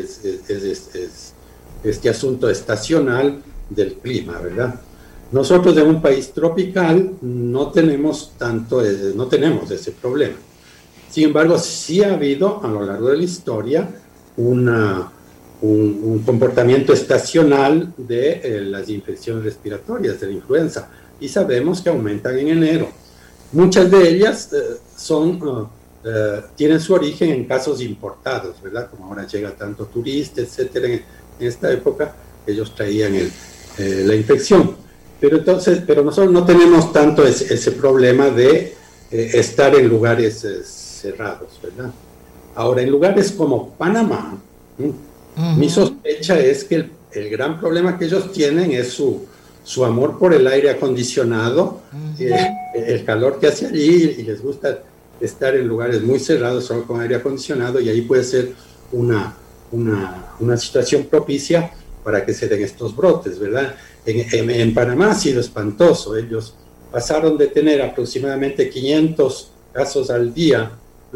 este asunto estacional del clima, ¿verdad? Nosotros en un país tropical no tenemos ese problema. Sin embargo, sí ha habido a lo largo de la historia un comportamiento estacional de las infecciones respiratorias, de la influenza, y sabemos que aumentan en enero. Muchas de ellas tienen su origen en casos importados, ¿verdad? Como ahora llega tanto turista, etcétera, en esta época ellos traían la infección. Pero nosotros no tenemos tanto ese problema de estar en lugares cerrados, ¿verdad? Ahora, en lugares como Panamá, mi sospecha es que el gran problema que ellos tienen es su amor por el aire acondicionado, el calor que hace allí, y les gusta estar en lugares muy cerrados, solo con aire acondicionado, y ahí puede ser una situación propicia para que se den estos brotes, ¿verdad? En Panamá ha sido espantoso. Ellos pasaron de tener aproximadamente 500 casos al día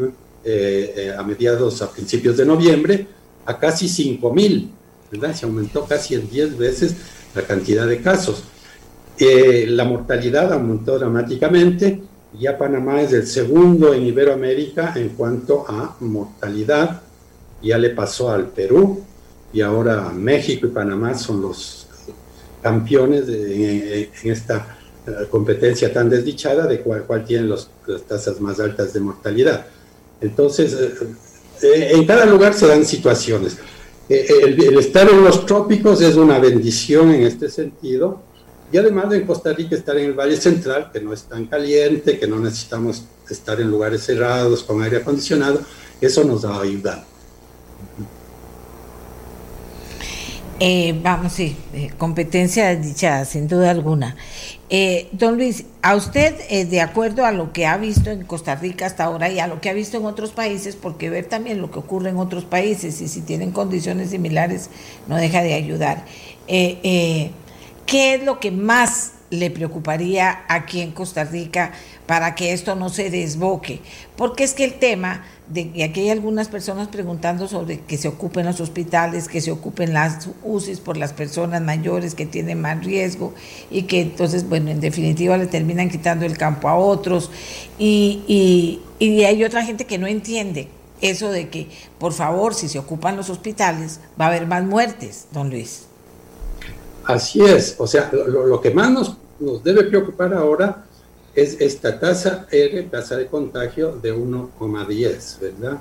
a principios de noviembre, a casi 5,000, ¿verdad? Se aumentó casi en 10 veces la cantidad de casos. La mortalidad aumentó dramáticamente. Ya Panamá es el segundo en Iberoamérica en cuanto a mortalidad. Ya le pasó al Perú, y ahora México y Panamá son los campeones en esta competencia tan desdichada de cuál tiene las tasas más altas de mortalidad. Entonces, en cada lugar se dan situaciones. El estar en los trópicos es una bendición en este sentido, y además en Costa Rica estar en el Valle Central, que no es tan caliente, que no necesitamos estar en lugares cerrados con aire acondicionado, eso nos va a ayudar. Vamos, sí, competencia desdichada, sin duda alguna. Don Luis, a usted, de acuerdo a lo que ha visto en Costa Rica hasta ahora y a lo que ha visto en otros países, porque ver también lo que ocurre en otros países y si tienen condiciones similares no deja de ayudar, ¿qué es lo que más le preocuparía aquí en Costa Rica para que esto no se desboque? Porque es que el tema, y aquí hay algunas personas preguntando sobre que se ocupen los hospitales, que se ocupen las UCIs por las personas mayores que tienen más riesgo y que entonces, bueno, en definitiva le terminan quitando el campo a otros, y hay otra gente que no entiende eso de que, por favor, si se ocupan los hospitales va a haber más muertes, don Luis. Así es, o sea, lo que más nos debe preocupar ahora es esta tasa de contagio de 1,10, ¿verdad?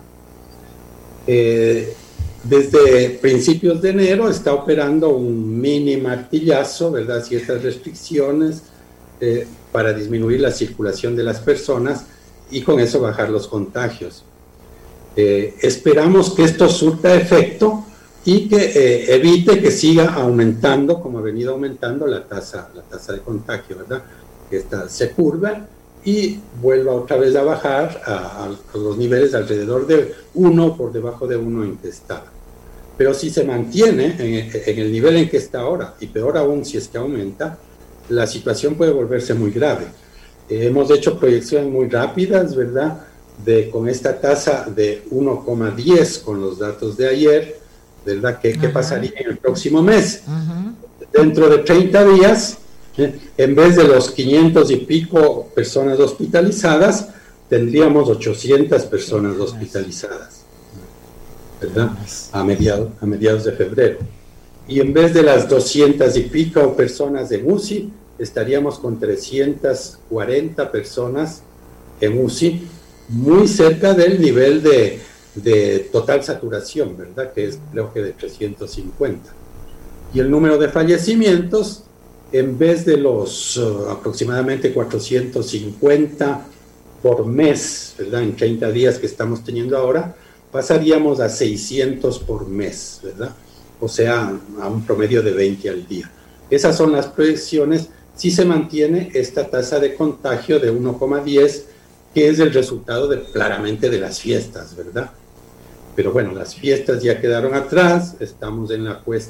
Desde principios de enero está operando un mini martillazo, ¿verdad? Ciertas restricciones para disminuir la circulación de las personas y con eso bajar los contagios. Esperamos que esto surta efecto y que evite que siga aumentando, como ha venido aumentando la tasa de contagio, ¿verdad? Que se curva y vuelva otra vez a bajar a los niveles de alrededor de 1, por debajo de 1 en que estaba. Pero si se mantiene en el nivel en que está ahora, y peor aún si es que aumenta, la situación puede volverse muy grave. Hemos hecho proyecciones muy rápidas, ¿verdad? Con esta tasa de 1,10 con los datos de ayer, ¿verdad? ¿Qué pasaría en el próximo mes? Dentro de 30 días, en vez de los 500 y pico personas hospitalizadas, tendríamos 800 personas hospitalizadas, ¿verdad? A mediados de febrero. Y en vez de las 200 y pico personas en UCI, estaríamos con 340 personas en UCI, muy cerca del nivel de total saturación, ¿verdad? Que es, creo que, de 350. Y el número de fallecimientos, en vez de los aproximadamente 450 por mes, ¿verdad? En 30 días que estamos teniendo ahora, pasaríamos a 600 por mes, ¿verdad? O sea, a un promedio de 20 al día. Esas son las proyecciones si se mantiene esta tasa de contagio de 1,10, que es el resultado claramente de las fiestas, ¿verdad? Pero bueno, las fiestas ya quedaron atrás, estamos en la cuesta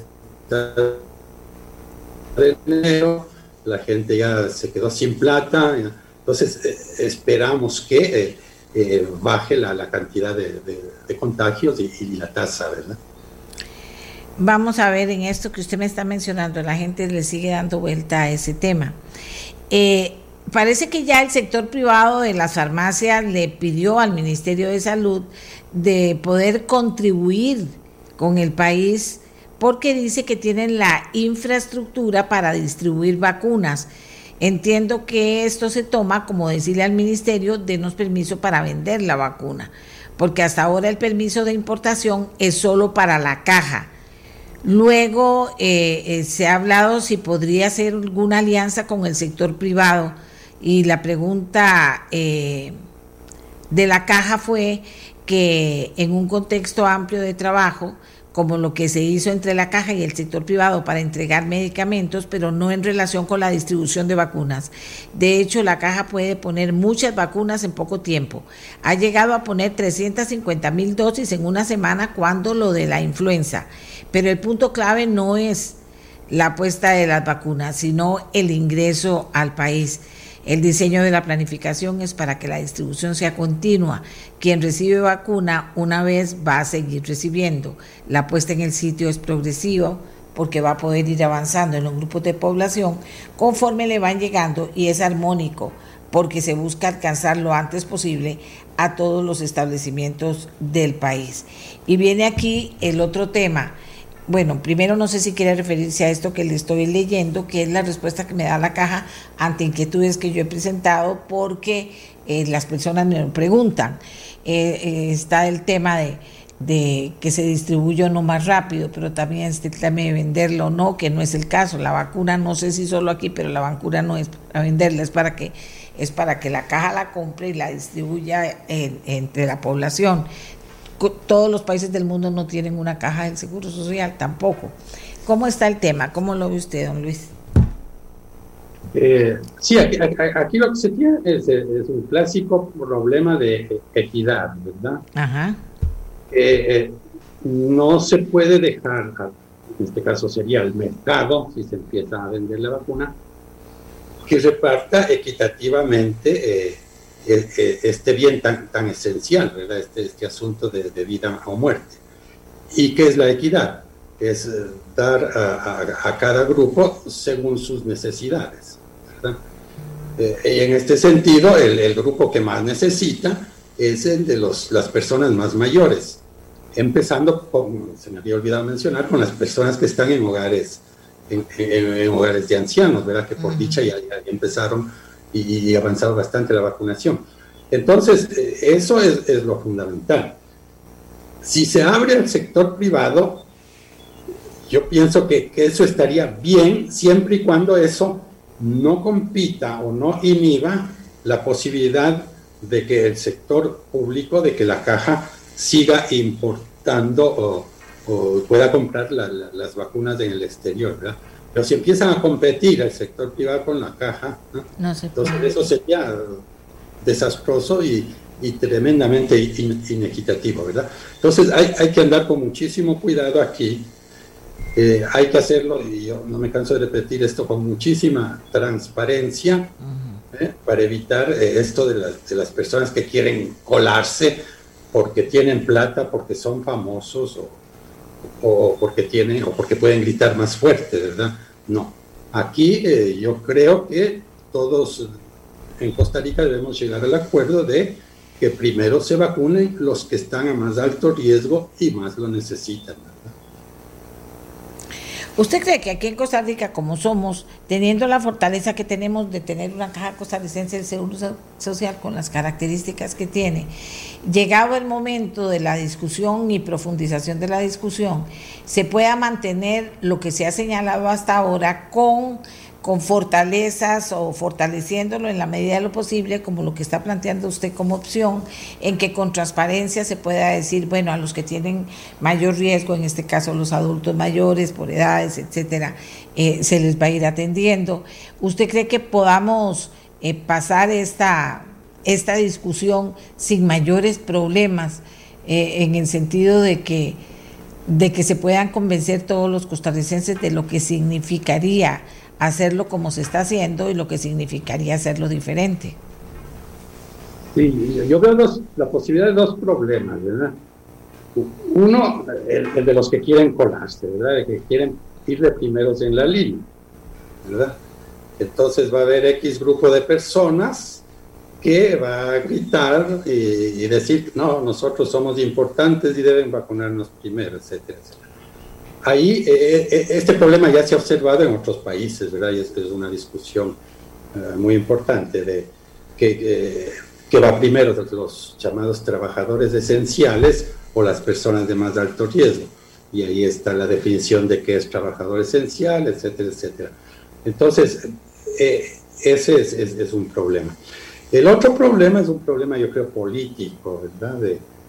de enero, la gente ya se quedó sin plata, entonces esperamos que baje la cantidad de contagios y la tasa, ¿verdad? Vamos a ver en esto que usted me está mencionando, la gente le sigue dando vuelta a ese tema. Parece que ya el sector privado de las farmacias le pidió al Ministerio de Salud de poder contribuir con el país porque dice que tienen la infraestructura para distribuir vacunas. Entiendo que esto se toma como decirle al ministerio, denos permiso para vender la vacuna, porque hasta ahora el permiso de importación es solo para la caja. Luego se ha hablado si podría hacer alguna alianza con el sector privado, y la pregunta de la caja fue que en un contexto amplio de trabajo, como lo que se hizo entre la caja y el sector privado para entregar medicamentos, pero no en relación con la distribución de vacunas. De hecho, la caja puede poner muchas vacunas en poco tiempo. Ha llegado a poner 350,000 dosis en una semana cuando lo de la influenza. Pero el punto clave no es la puesta de las vacunas, sino el ingreso al país. El diseño de la planificación es para que la distribución sea continua. Quien recibe vacuna una vez va a seguir recibiendo. La puesta en el sitio es progresiva porque va a poder ir avanzando en los grupos de población conforme le van llegando, y es armónico porque se busca alcanzar lo antes posible a todos los establecimientos del país. Y viene aquí el otro tema. bueno, primero no sé si quiere referirse a esto que le estoy leyendo, que es la respuesta que me da la caja ante inquietudes que yo he presentado, porque las personas me lo preguntan. Está el tema de que se distribuye o no más rápido, pero también este tema de venderlo o no, que no es el caso. La vacuna, no sé si solo aquí, pero la vacuna no es para venderla, es para que la caja la compre y la distribuya entre la población. Todos los países del mundo no tienen una caja del Seguro Social, tampoco. ¿Cómo está el tema? ¿Cómo lo ve usted, don Luis? Sí, aquí lo que se tiene es un clásico problema de equidad, ¿verdad? Ajá. No se puede dejar, en este caso sería el mercado, si se empieza a vender la vacuna, que reparta equitativamente este bien tan esencial, ¿verdad? Este asunto de vida o muerte. ¿Y qué es la equidad? Es dar a cada grupo según sus necesidades, ¿verdad? Y en este sentido, el grupo que más necesita es el de las personas más mayores, empezando con, se me había olvidado mencionar, con las personas que están en hogares, en hogares de ancianos, ¿verdad? Que por dicha ya empezaron y avanzado bastante la vacunación. Entonces, eso es lo fundamental. Si se abre al sector privado, yo pienso que eso estaría bien, siempre y cuando eso no compita o no inhiba la posibilidad de que el sector público, de que la caja siga importando o pueda comprar las vacunas en el exterior, ¿verdad? Pero si empiezan a competir el sector privado con la caja, ¿no? Entonces eso sería desastroso y tremendamente inequitativo, ¿verdad? Entonces hay que andar con muchísimo cuidado aquí. Hay que hacerlo, y yo no me canso de repetir esto, con muchísima transparencia, para evitar esto de las personas que quieren colarse porque tienen plata, porque son famosos o porque pueden gritar más fuerte, ¿verdad? No. Aquí yo creo que todos en Costa Rica debemos llegar al acuerdo de que primero se vacunen los que están a más alto riesgo y más lo necesitan, ¿verdad? ¿Usted cree que aquí en Costa Rica, como somos, teniendo la fortaleza que tenemos de tener una caja costarricense del Seguro Social con las características que tiene, llegado el momento de la discusión y profundización de la discusión, se pueda mantener lo que se ha señalado hasta ahora con fortalezas o fortaleciéndolo en la medida de lo posible, como lo que está planteando usted como opción, en que con transparencia se pueda decir, bueno, a los que tienen mayor riesgo, en este caso los adultos mayores, por edades, etcétera, se les va a ir atendiendo? ¿Usted cree que podamos pasar esta discusión sin mayores problemas, en el sentido de que se puedan convencer todos los costarricenses de lo que significaría hacerlo como se está haciendo y lo que significaría hacerlo diferente? Sí, yo veo la posibilidad de dos problemas, ¿verdad? Uno, el de los que quieren colarse, ¿verdad? De que quieren ir de primeros en la línea, ¿verdad? Entonces va a haber X grupo de personas que va a gritar y decir, no, nosotros somos importantes y deben vacunarnos primero, etcétera, etcétera. Ahí este problema ya se ha observado en otros países, ¿verdad? Y es una discusión muy importante de que va primero los llamados trabajadores esenciales o las personas de más alto riesgo. Y ahí está la definición de qué es trabajador esencial, etcétera, etcétera. Entonces, ese es un problema. El otro problema es un problema, yo creo, político, ¿verdad?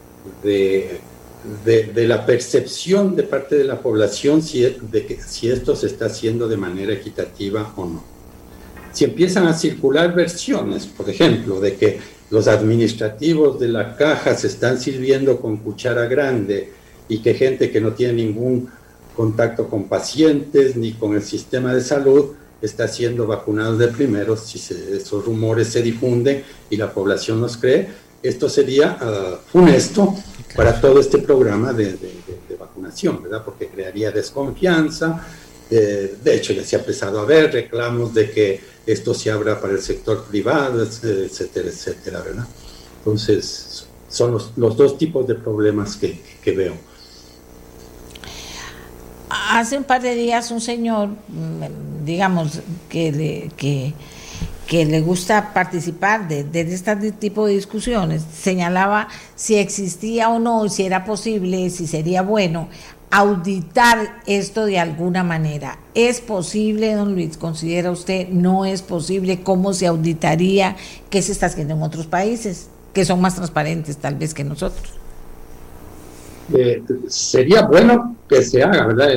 De la percepción de parte de la población de que si esto se está haciendo de manera equitativa o no. Si empiezan a circular versiones, por ejemplo, de que los administrativos de la caja se están sirviendo con cuchara grande y que gente que no tiene ningún contacto con pacientes ni con el sistema de salud está siendo vacunados de primero, si esos rumores se difunden y la población los cree, esto sería funesto para todo este programa de vacunación, ¿verdad? Porque crearía desconfianza. De hecho, ya se ha empezado a ver reclamos de que esto se abra para el sector privado, etcétera, etcétera, ¿verdad? Entonces, son los dos tipos de problemas que veo. Hace un par de días un señor, digamos, que le gusta participar de este tipo de discusiones, señalaba si existía o no, si era posible, si sería bueno auditar esto de alguna manera. ¿Es posible, don Luis? ¿Considera usted no es posible? ¿Cómo se auditaría? ¿Qué se está haciendo en otros países que son más transparentes tal vez que nosotros? Sería bueno que se haga, ¿verdad?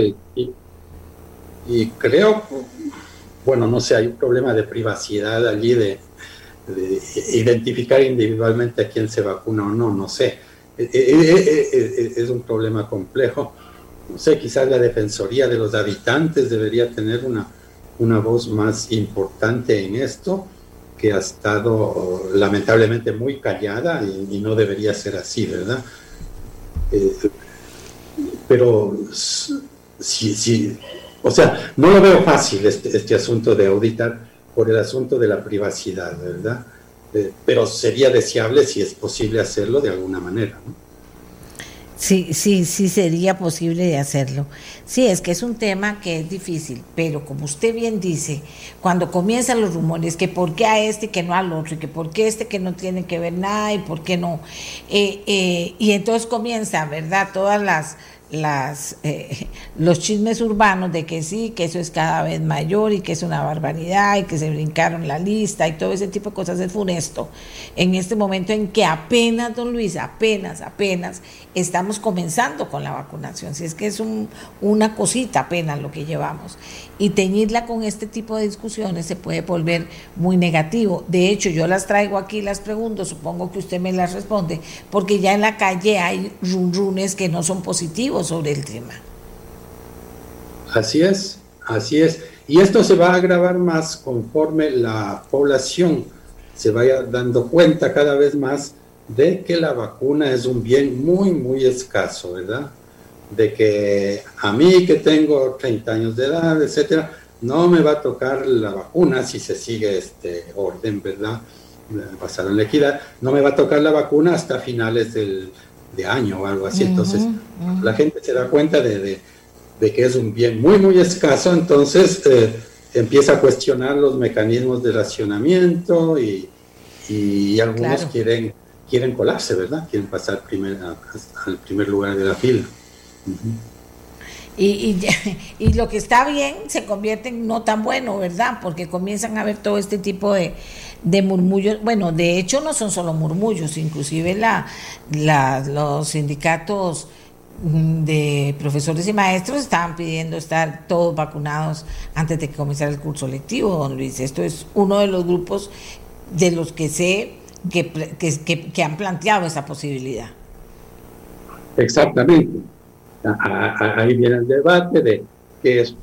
Y creo, bueno, no sé, hay un problema de privacidad allí, de identificar individualmente a quién se vacuna o no, no sé. Es un problema complejo. No sé, quizás la Defensoría de los Habitantes debería tener una voz más importante en esto, que ha estado lamentablemente muy callada y no debería ser así, ¿verdad? Pero sí, o sea, no lo veo fácil este asunto de auditar por el asunto de la privacidad, ¿verdad? Pero sería deseable si es posible hacerlo de alguna manera, ¿no? Sí, sería posible de hacerlo. Sí, es que es un tema que es difícil, pero como usted bien dice, cuando comienzan los rumores, que por qué a este y que no al otro, y que por qué este que no tiene que ver nada y por qué no, y entonces comienza, ¿verdad? Todas los chismes urbanos de que sí, que eso es cada vez mayor y que es una barbaridad y que se brincaron la lista y todo ese tipo de cosas es funesto. En este momento en que apenas, don Luis, apenas estamos comenzando con la vacunación, si es que es una cosita apenas lo que llevamos, y teñirla con este tipo de discusiones se puede volver muy negativo. De hecho, yo las traigo aquí, las pregunto, supongo que usted me las responde, porque ya en la calle hay runrunes que no son positivos sobre el tema. Así es. Y esto se va a agravar más conforme la población se vaya dando cuenta cada vez más de que la vacuna es un bien muy, muy escaso, ¿verdad? De que a mí, que tengo 30 años de edad, etcétera, no me va a tocar la vacuna si se sigue este orden, ¿verdad? Basado en la equidad, no me va a tocar la vacuna hasta finales de año o algo así. Entonces, la gente se da cuenta de que es un bien muy, muy escaso, entonces empieza a cuestionar los mecanismos de racionamiento y algunos quieren colarse, ¿verdad? Quieren pasar al primer lugar de la fila. Y lo que está bien se convierte en no tan bueno, ¿verdad? Porque comienzan a haber todo este tipo de murmullos. Bueno, de hecho no son solo murmullos, inclusive los sindicatos de profesores y maestros estaban pidiendo estar todos vacunados antes de que comenzara el curso lectivo, don Luis. Esto es uno de los grupos de los que sé que han planteado esa posibilidad. Exactamente. Ahí viene el debate de qué es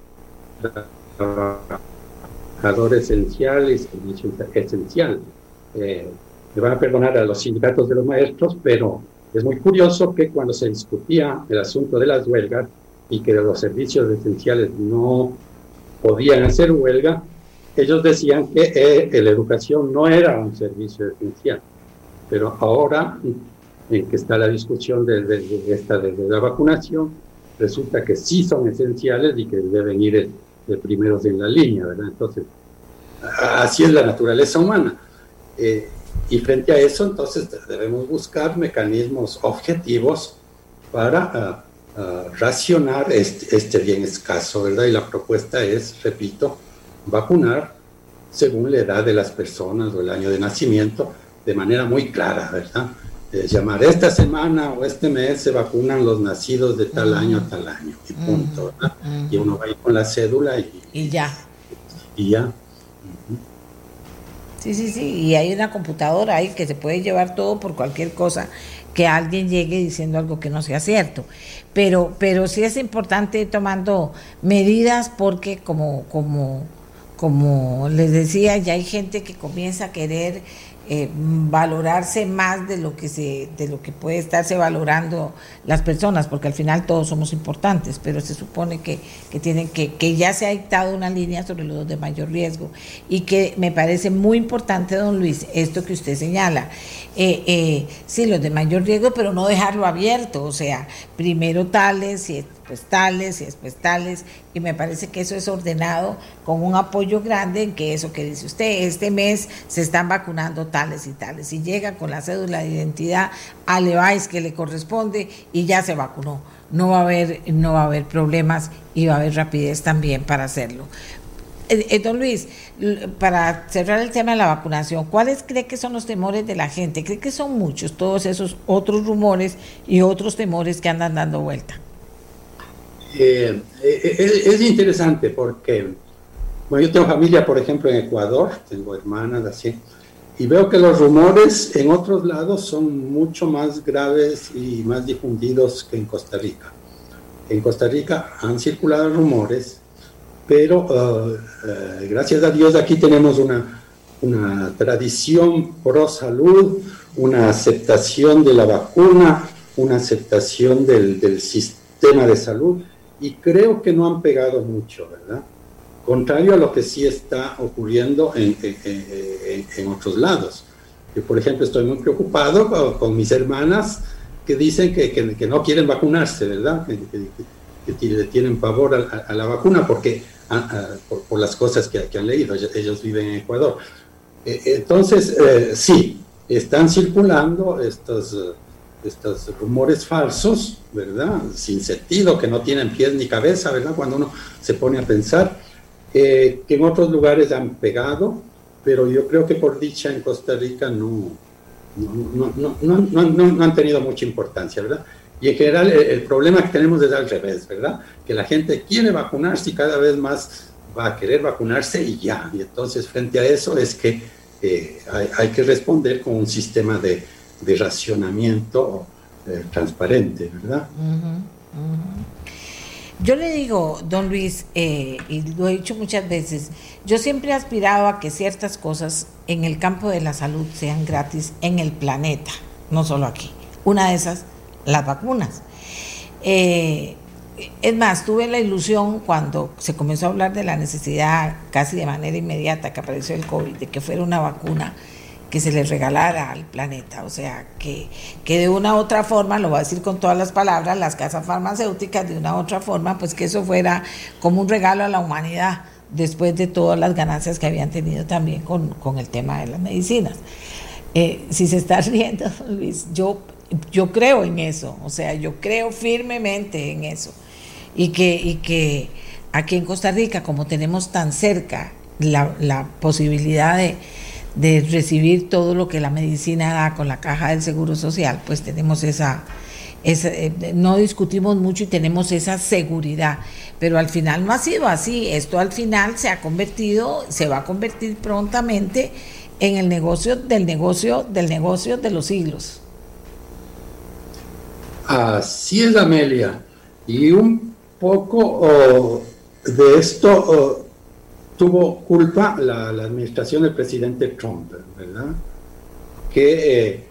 trabajador esencial y servicio esencial. Me van a perdonar a los sindicatos de los maestros, pero es muy curioso que cuando se discutía el asunto de las huelgas y que los servicios esenciales no podían hacer huelga, ellos decían que la educación no era un servicio esencial. Pero ahora, en que está la discusión de la vacunación, resulta que sí son esenciales y que deben ir de primeros en la línea, ¿verdad? Entonces, así es la naturaleza humana. Y frente a eso, entonces, debemos buscar mecanismos objetivos para racionar este bien escaso, ¿verdad? Y la propuesta es, repito, vacunar según la edad de las personas o el año de nacimiento, de manera muy clara, ¿verdad? Llamar esta semana o este mes se vacunan los nacidos de tal año a tal año, y punto, ¿verdad? Y uno va a ir con la cédula y ya. Y ya. Sí, y hay una computadora ahí que se puede llevar todo por cualquier cosa que alguien llegue diciendo algo que no sea cierto. Pero sí es importante ir tomando medidas porque como les decía, ya hay gente que comienza a querer valorarse más de lo que puede estarse valorando las personas, porque al final todos somos importantes, pero se supone que tienen que ya se ha dictado una línea sobre los de mayor riesgo, y que me parece muy importante, don Luis, esto que usted señala, sí, los de mayor riesgo, pero no dejarlo abierto, o sea, primero tales, después tales y después tales, y me parece que eso es ordenado con un apoyo grande en que eso que dice usted, este mes se están vacunando tales y tales, y llega con la cédula de identidad al EVAIS que le corresponde y ya se vacunó. No va a haber problemas y va a haber rapidez también para hacerlo. Don Luis, para cerrar el tema de la vacunación, ¿cuáles cree que son los temores de la gente? ¿Cree que son muchos todos esos otros rumores y otros temores que andan dando vuelta? Es interesante porque, bueno, yo tengo familia, por ejemplo, en Ecuador, tengo hermanas así, y veo que los rumores en otros lados son mucho más graves y más difundidos que en Costa Rica. En Costa Rica han circulado rumores, pero gracias a Dios aquí tenemos una tradición pro salud, una aceptación de la vacuna, una aceptación del sistema de salud, y creo que no han pegado mucho, ¿verdad? Contrario a lo que sí está ocurriendo en otros lados. Yo, por ejemplo, estoy muy preocupado con mis hermanas que dicen que no quieren vacunarse, ¿verdad? Que le tienen pavor a la vacuna porque por las cosas que han leído. Ellos viven en Ecuador. Entonces, sí, están circulando estos rumores falsos, ¿verdad? Sin sentido, que no tienen pies ni cabeza, ¿verdad? Cuando uno se pone a pensar, que en otros lugares han pegado, pero yo creo que por dicha en Costa Rica no han tenido mucha importancia, ¿verdad? Y en general el problema que tenemos es al revés, ¿verdad? Que la gente quiere vacunarse y cada vez más va a querer vacunarse y ya. Y entonces frente a eso es que hay que responder con un sistema de racionamiento transparente, ¿verdad? Yo le digo, don Luis, y lo he dicho muchas veces, yo siempre he aspirado a que ciertas cosas en el campo de la salud sean gratis en el planeta, no solo aquí. Una de esas, las vacunas. Es más, tuve la ilusión cuando se comenzó a hablar de la necesidad casi de manera inmediata que apareció el COVID, de que fuera una vacuna que se le regalara al planeta, o sea, que de una u otra forma, lo voy a decir con todas las palabras, las casas farmacéuticas de una u otra forma, pues que eso fuera como un regalo a la humanidad, después de todas las ganancias que habían tenido también con el tema de las medicinas. Si se está riendo, Luis, yo creo en eso, o sea, yo creo firmemente en eso, y que aquí en Costa Rica, como tenemos tan cerca la posibilidad de recibir todo lo que la medicina da con la caja del Seguro Social, pues tenemos esa no discutimos mucho y tenemos esa seguridad, pero al final no ha sido así. Esto al final se va a convertir prontamente en el negocio del negocio de los siglos. Así es, Amelia, y un poco de esto tuvo culpa la administración del presidente Trump, ¿verdad? Que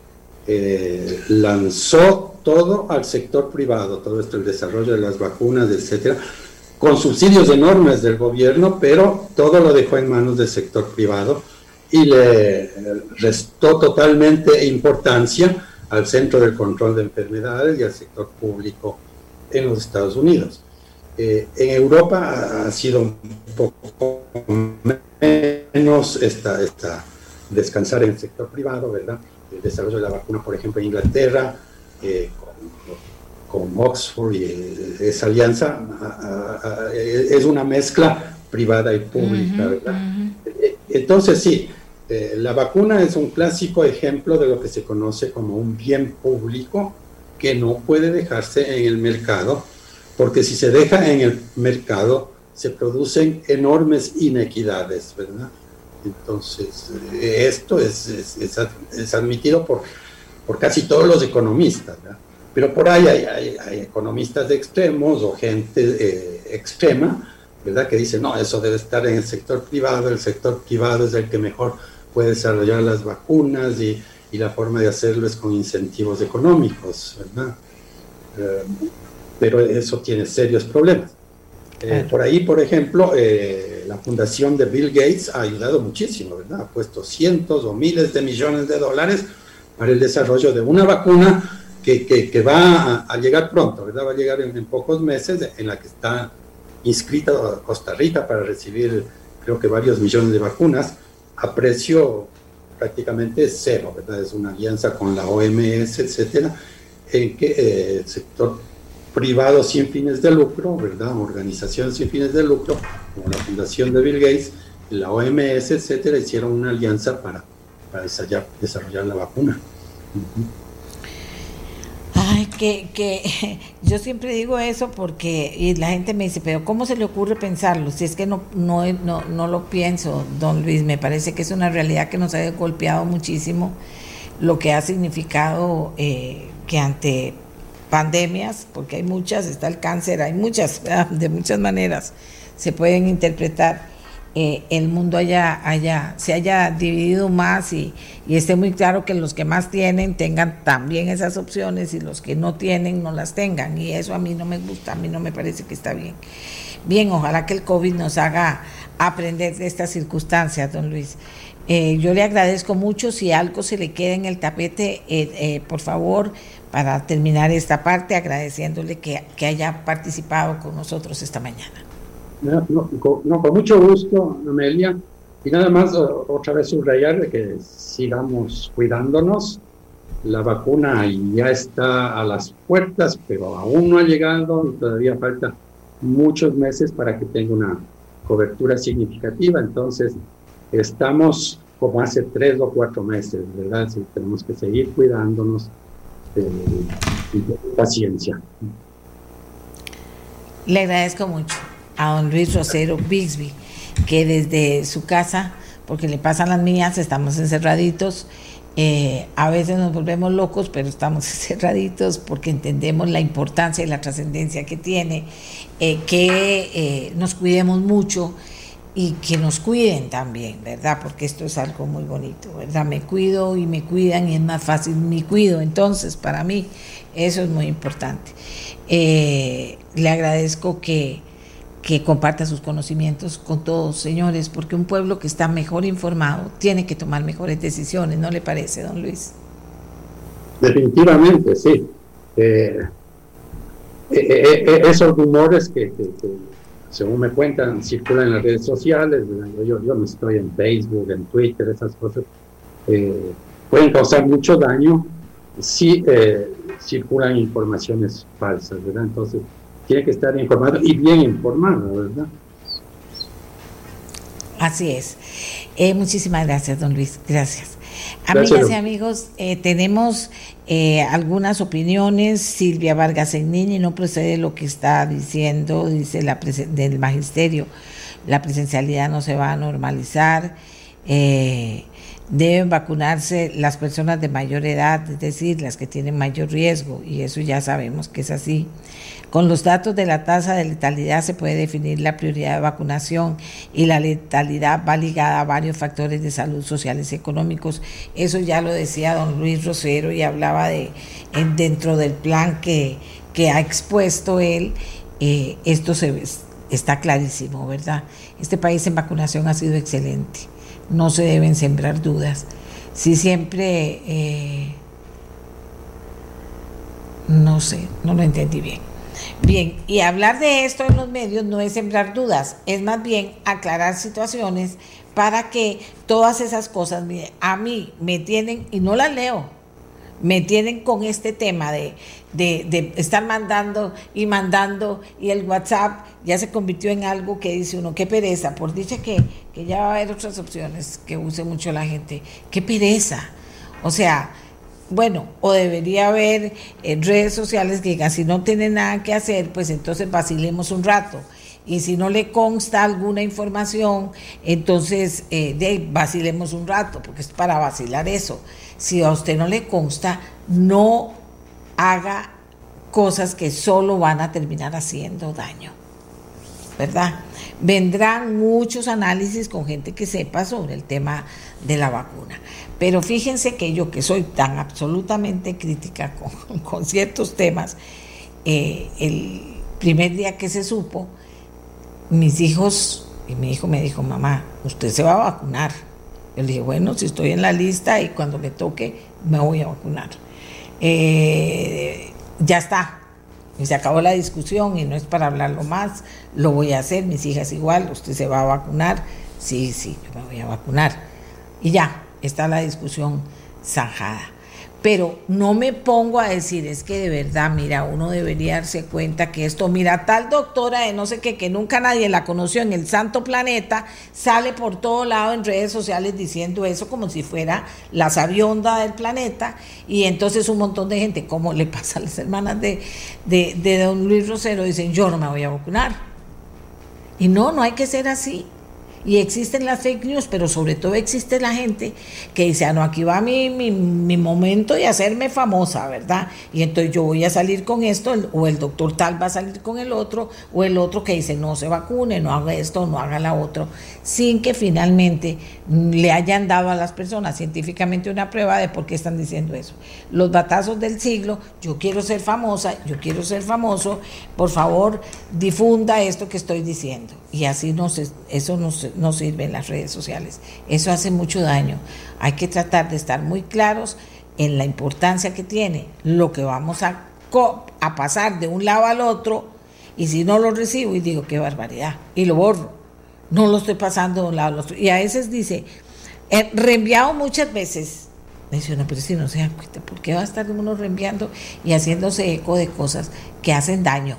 lanzó todo al sector privado, todo esto, el desarrollo de las vacunas, etcétera, con subsidios enormes del gobierno, pero todo lo dejó en manos del sector privado y le restó totalmente importancia al Centro del Control de Enfermedades y al sector público en los Estados Unidos. En Europa ha sido un poco menos descansar en el sector privado, ¿verdad? El desarrollo de la vacuna, por ejemplo, en Inglaterra, con Oxford, y esa alianza es una mezcla privada y pública, ¿verdad? Entonces, sí, la vacuna es un clásico ejemplo de lo que se conoce como un bien público que no puede dejarse en el mercado, porque si se deja en el mercado se producen enormes inequidades, ¿verdad? Entonces, esto es admitido por casi todos los economistas, ¿verdad? Pero por ahí hay economistas extremos o gente extrema, ¿verdad? Que dicen, no, eso debe estar en el sector privado es el que mejor puede desarrollar las vacunas y la forma de hacerlo es con incentivos económicos, ¿verdad? Pero eso tiene serios problemas. Por ahí, por ejemplo, la fundación de Bill Gates ha ayudado muchísimo, ¿verdad? Ha puesto cientos o miles de millones de dólares para el desarrollo de una vacuna que va a llegar pronto, ¿verdad? Va a llegar en pocos meses, en la que está inscrita Costa Rica para recibir, creo que varios millones de vacunas, a precio prácticamente cero, ¿verdad? Es una alianza con la OMS, etcétera, en que el sector privado sin fines de lucro, ¿verdad? Organizaciones sin fines de lucro, como la Fundación de Bill Gates, la OMS, etcétera, hicieron una alianza para desarrollar la vacuna. Ay, que yo siempre digo eso porque y la gente me dice, pero ¿cómo se le ocurre pensarlo? Si es que no lo pienso, don Luis, me parece que es una realidad que nos ha golpeado muchísimo, lo que ha significado que ante pandemias, porque hay muchas, está el cáncer, hay muchas, de muchas maneras se pueden interpretar, el mundo se haya dividido más y esté muy claro que los que más tienen tengan también esas opciones y los que no tienen no las tengan, y eso a mí no me gusta, a mí no me parece que está bien. Bien, ojalá que el COVID nos haga aprender de estas circunstancias, don Luis. Yo le agradezco mucho. Si algo se le queda en el tapete, por favor, para terminar esta parte, agradeciéndole que haya participado con nosotros esta mañana. Con mucho gusto, Amelia. Y nada más, otra vez subrayar de que sigamos cuidándonos. La vacuna ya está a las puertas, pero aún no ha llegado y todavía falta muchos meses para que tenga una cobertura significativa. Entonces, estamos como hace 3 o 4 meses, ¿verdad? Sí, tenemos que seguir cuidándonos y paciencia. Le agradezco mucho a don Luis Rosero Bixby, que desde su casa, porque le pasan las mías, estamos encerraditos, a veces nos volvemos locos, pero estamos encerraditos porque entendemos la importancia y la trascendencia que tiene, que nos cuidemos mucho y que nos cuiden también, ¿verdad? Porque esto es algo muy bonito, ¿verdad? Me cuido y me cuidan y es más fácil mi cuido, entonces para mí eso es muy importante. Le agradezco que comparta sus conocimientos con todos, señores, porque un pueblo que está mejor informado tiene que tomar mejores decisiones, ¿no le parece, don Luis? Definitivamente, sí. Esos rumores que según me cuentan, circulan en las redes sociales, yo no estoy en Facebook, en Twitter, esas cosas, pueden causar mucho daño si circulan informaciones falsas, ¿verdad? Entonces, tiene que estar informado y bien informado, ¿verdad? Así es. Muchísimas gracias, don Luis. Gracias. Amigas y amigos, tenemos algunas opiniones. Silvia Vargas Enniñi, no procede lo que está diciendo, dice del magisterio, la presencialidad no se va a normalizar. Deben vacunarse las personas de mayor edad, es decir, las que tienen mayor riesgo, y eso ya sabemos que es así. Con los datos de la tasa de letalidad se puede definir la prioridad de vacunación, y la letalidad va ligada a varios factores de salud, sociales y económicos. Eso ya lo decía don Luis Rosero y hablaba dentro del plan que ha expuesto él. Esto está clarísimo, ¿verdad? Este país en vacunación ha sido excelente. No se deben sembrar dudas. Si siempre, no sé, no lo entendí bien. Bien, y hablar de esto en los medios no es sembrar dudas, es más bien aclarar situaciones para que todas esas cosas, mire, a mí me tienen, y no las leo, me tienen con este tema de estar mandando, y el WhatsApp ya se convirtió en algo que dice uno, qué pereza, por dicha que ya va a haber otras opciones que use mucho la gente, qué pereza, o sea, bueno, o debería haber redes sociales que digan, si no tienen nada que hacer, pues entonces vacilemos un rato, y si no le consta alguna información, entonces vacilemos un rato, porque es para vacilar eso. Si a usted no le consta, no haga cosas que solo van a terminar haciendo daño, ¿verdad? Vendrán muchos análisis con gente que sepa sobre el tema de la vacuna, pero fíjense que yo, que soy tan absolutamente crítica con ciertos temas, el primer día que se supo, mis hijos y mi hijo me dijo, mamá, usted se va a vacunar. Yo le dije, bueno, si estoy en la lista y cuando me toque me voy a vacunar. ya está, y se acabó la discusión y no es para hablarlo más, lo voy a hacer, mis hijas igual, usted se va a vacunar, sí, yo me voy a vacunar, y ya, está la discusión zanjada. Pero no me pongo a decir, es que de verdad, mira, uno debería darse cuenta que esto, mira, tal doctora de no sé qué, que nunca nadie la conoció en el santo planeta, sale por todo lado en redes sociales diciendo eso como si fuera la sabionda del planeta, y entonces un montón de gente, como le pasa a las hermanas de don Luis Rosero, dicen, yo no me voy a vacunar. Y no hay que ser así. Y existen las fake news, pero sobre todo existe la gente que dice, no, aquí va mi momento de hacerme famosa, ¿verdad? Y entonces yo voy a salir con esto, o el doctor tal va a salir con el otro, o el otro que dice, no se vacune, no haga esto, no haga la otro, sin que finalmente le hayan dado a las personas científicamente una prueba de por qué están diciendo eso. Los batazos del siglo, yo quiero ser famosa, yo quiero ser famoso, por favor, difunda esto que estoy diciendo. Y así eso no sirve en las redes sociales. Eso hace mucho daño. Hay que tratar de estar muy claros en la importancia que tiene lo que vamos a pasar de un lado al otro, y si no lo recibo y digo, qué barbaridad, y lo borro. No lo estoy pasando de un lado al otro. Y a veces dice, reenviado muchas veces. Dice uno, pero si no se dan cuenta, ¿por qué va a estar uno reenviando y haciéndose eco de cosas que hacen daño?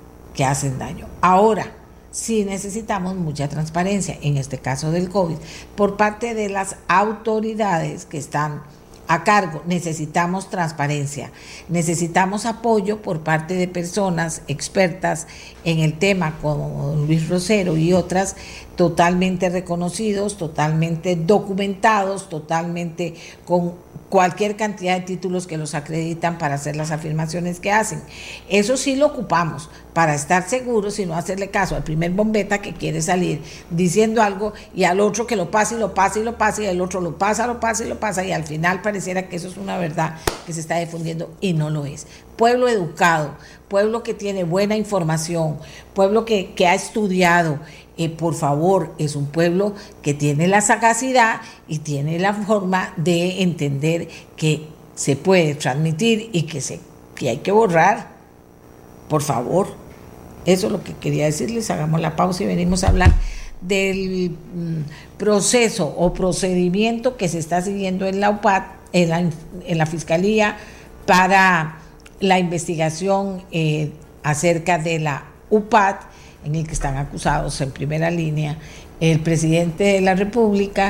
Ahora, sí necesitamos mucha transparencia, en este caso del COVID, por parte de las autoridades que están a cargo. Necesitamos transparencia, necesitamos apoyo por parte de personas expertas en el tema como Luis Rosero y otras, totalmente reconocidos, totalmente documentados, totalmente con cualquier cantidad de títulos que los acreditan para hacer las afirmaciones que hacen. Eso sí lo ocupamos para estar seguros y no hacerle caso al primer bombeta que quiere salir diciendo algo y al otro que lo pasa y lo pasa y lo pasa, y al otro lo pasa y lo pasa, y al final pareciera que eso es una verdad que se está difundiendo y no lo es. Pueblo educado, pueblo que tiene buena información, pueblo que ha estudiado, por favor, es un pueblo que tiene la sagacidad y tiene la forma de entender que se puede transmitir y que hay que borrar. Por favor, eso es lo que quería decirles. Hagamos la pausa y venimos a hablar del proceso o procedimiento que se está siguiendo en la UPAD, en la Fiscalía, para la investigación acerca de la UPAD, en el que están acusados en primera línea el presidente de la República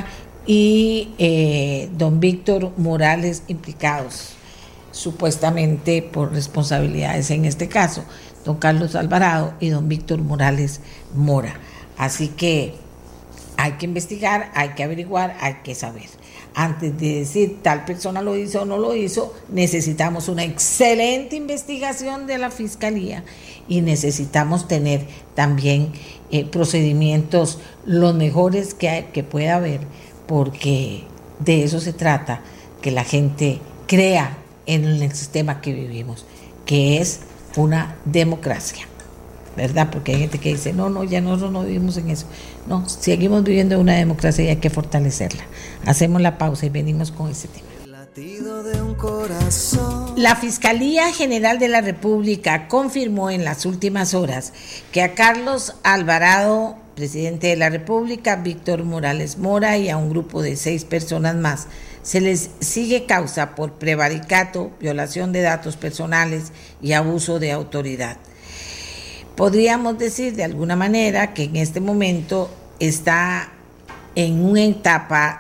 y don Víctor Morales, implicados supuestamente por responsabilidades en este caso, don Carlos Alvarado y don Víctor Morales Mora. Así que hay que investigar, hay que averiguar, hay que saber. Antes de decir tal persona lo hizo o no lo hizo, necesitamos una excelente investigación de la Fiscalía y necesitamos tener también procedimientos los mejores que pueda haber, porque de eso se trata, que la gente crea en el sistema que vivimos, que es una democracia, ¿verdad? Porque hay gente que dice, no, ya nosotros no vivimos en eso. No, seguimos viviendo en una democracia y hay que fortalecerla. Hacemos la pausa y venimos con ese tema. La Fiscalía General de la República confirmó en las últimas horas que a Carlos Alvarado, presidente de la República, Víctor Morales Mora y a un grupo de 6 personas más se les sigue causa por prevaricato, violación de datos personales y abuso de autoridad. Podríamos decir de alguna manera que en este momento está en una etapa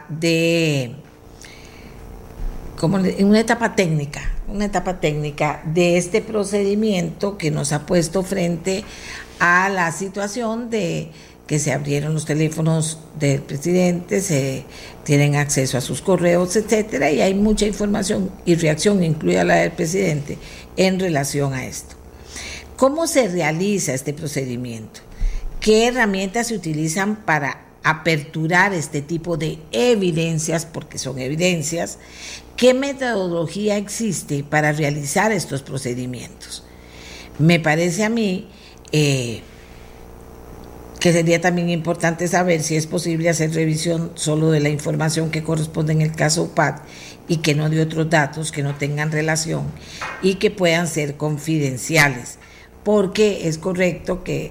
una etapa técnica de este procedimiento que nos ha puesto frente a la situación de que se abrieron los teléfonos del presidente, se tienen acceso a sus correos, etcétera, y hay mucha información y reacción, incluida la del presidente, en relación a esto. ¿Cómo se realiza este procedimiento? ¿Qué herramientas se utilizan para aperturar este tipo de evidencias, porque son evidencias? ¿Qué metodología existe para realizar estos procedimientos? Me parece a mí que sería también importante saber si es posible hacer revisión solo de la información que corresponde en el caso UPAD y que no de otros datos que no tengan relación y que puedan ser confidenciales, porque es correcto que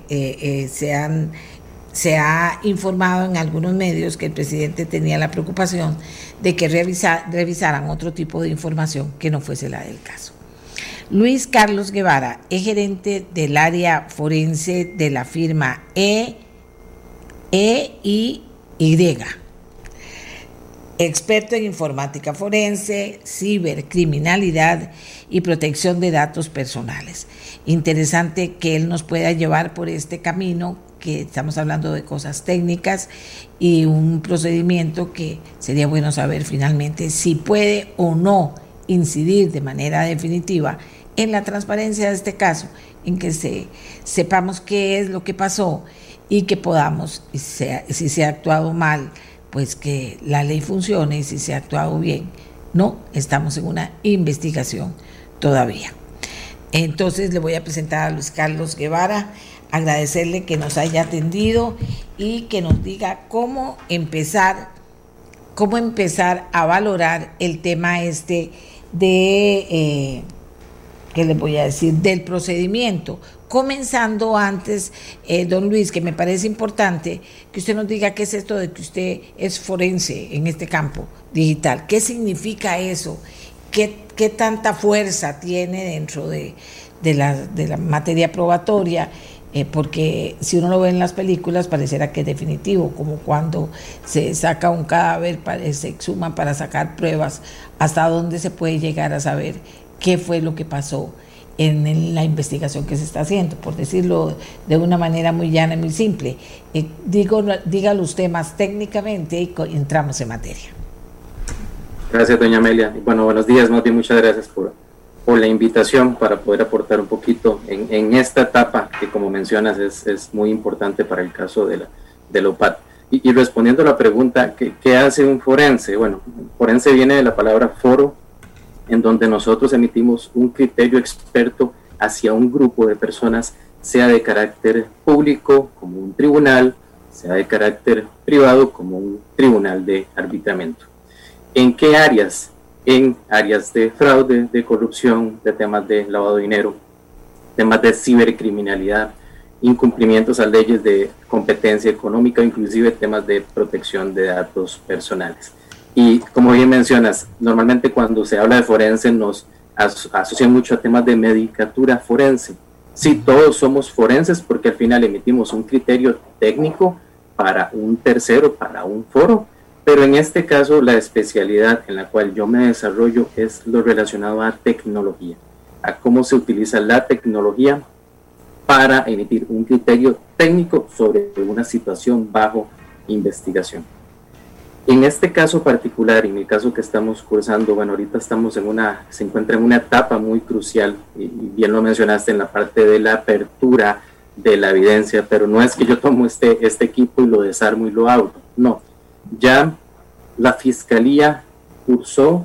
se ha informado en algunos medios que el presidente tenía la preocupación de que revisaran otro tipo de información que no fuese la del caso. Luis Carlos Guevara es gerente del área forense de la firma EIY, experto en informática forense, cibercriminalidad y protección de datos personales. Interesante que él nos pueda llevar por este camino, que estamos hablando de cosas técnicas y un procedimiento que sería bueno saber finalmente si puede o no incidir de manera definitiva en la transparencia de este caso, en que sepamos qué es lo que pasó y que podamos, si se ha actuado mal, pues que la ley funcione, y si se ha actuado bien, no, estamos en una investigación todavía. Entonces le voy a presentar a Luis Carlos Guevara, agradecerle que nos haya atendido y que nos diga cómo empezar a valorar el tema de, ¿qué les voy a decir?, del procedimiento. Comenzando antes, don Luis, que me parece importante que usted nos diga qué es esto de que usted es forense en este campo digital. ¿Qué significa eso? ¿Qué tanta fuerza tiene dentro de la materia probatoria? Porque si uno lo ve en las películas pareciera que es definitivo, como cuando se saca un cadáver, se exhuma para sacar pruebas, hasta dónde se puede llegar a saber qué fue lo que pasó en la investigación que se está haciendo, por decirlo de una manera muy llana y muy simple. Dígalo usted más técnicamente y entramos en materia. Gracias, doña Amelia. Bueno, buenos días, Moti, muchas gracias por la invitación para poder aportar un poquito en esta etapa que, como mencionas, es muy importante para el caso de la UPAD. Y respondiendo a la pregunta, ¿qué hace un forense? Bueno, forense viene de la palabra foro, en donde nosotros emitimos un criterio experto hacia un grupo de personas, sea de carácter público, como un tribunal, sea de carácter privado, como un tribunal de arbitramiento. ¿En qué áreas? En áreas de fraude, de corrupción, de temas de lavado de dinero, temas de cibercriminalidad, incumplimientos a leyes de competencia económica, inclusive temas de protección de datos personales. Y como bien mencionas, normalmente cuando se habla de forense nos asocian mucho a temas de medicatura forense. Sí, todos somos forenses porque al final emitimos un criterio técnico para un tercero, para un foro, pero en este caso la especialidad en la cual yo me desarrollo es lo relacionado a tecnología, a cómo se utiliza la tecnología para emitir un criterio técnico sobre una situación bajo investigación. En este caso particular, en el caso que estamos cursando, bueno, ahorita se encuentra en una etapa muy crucial, y bien lo mencionaste en la parte de la apertura de la evidencia, pero no es que yo tomo este equipo y lo desarmo y lo abro, no. Ya la Fiscalía cursó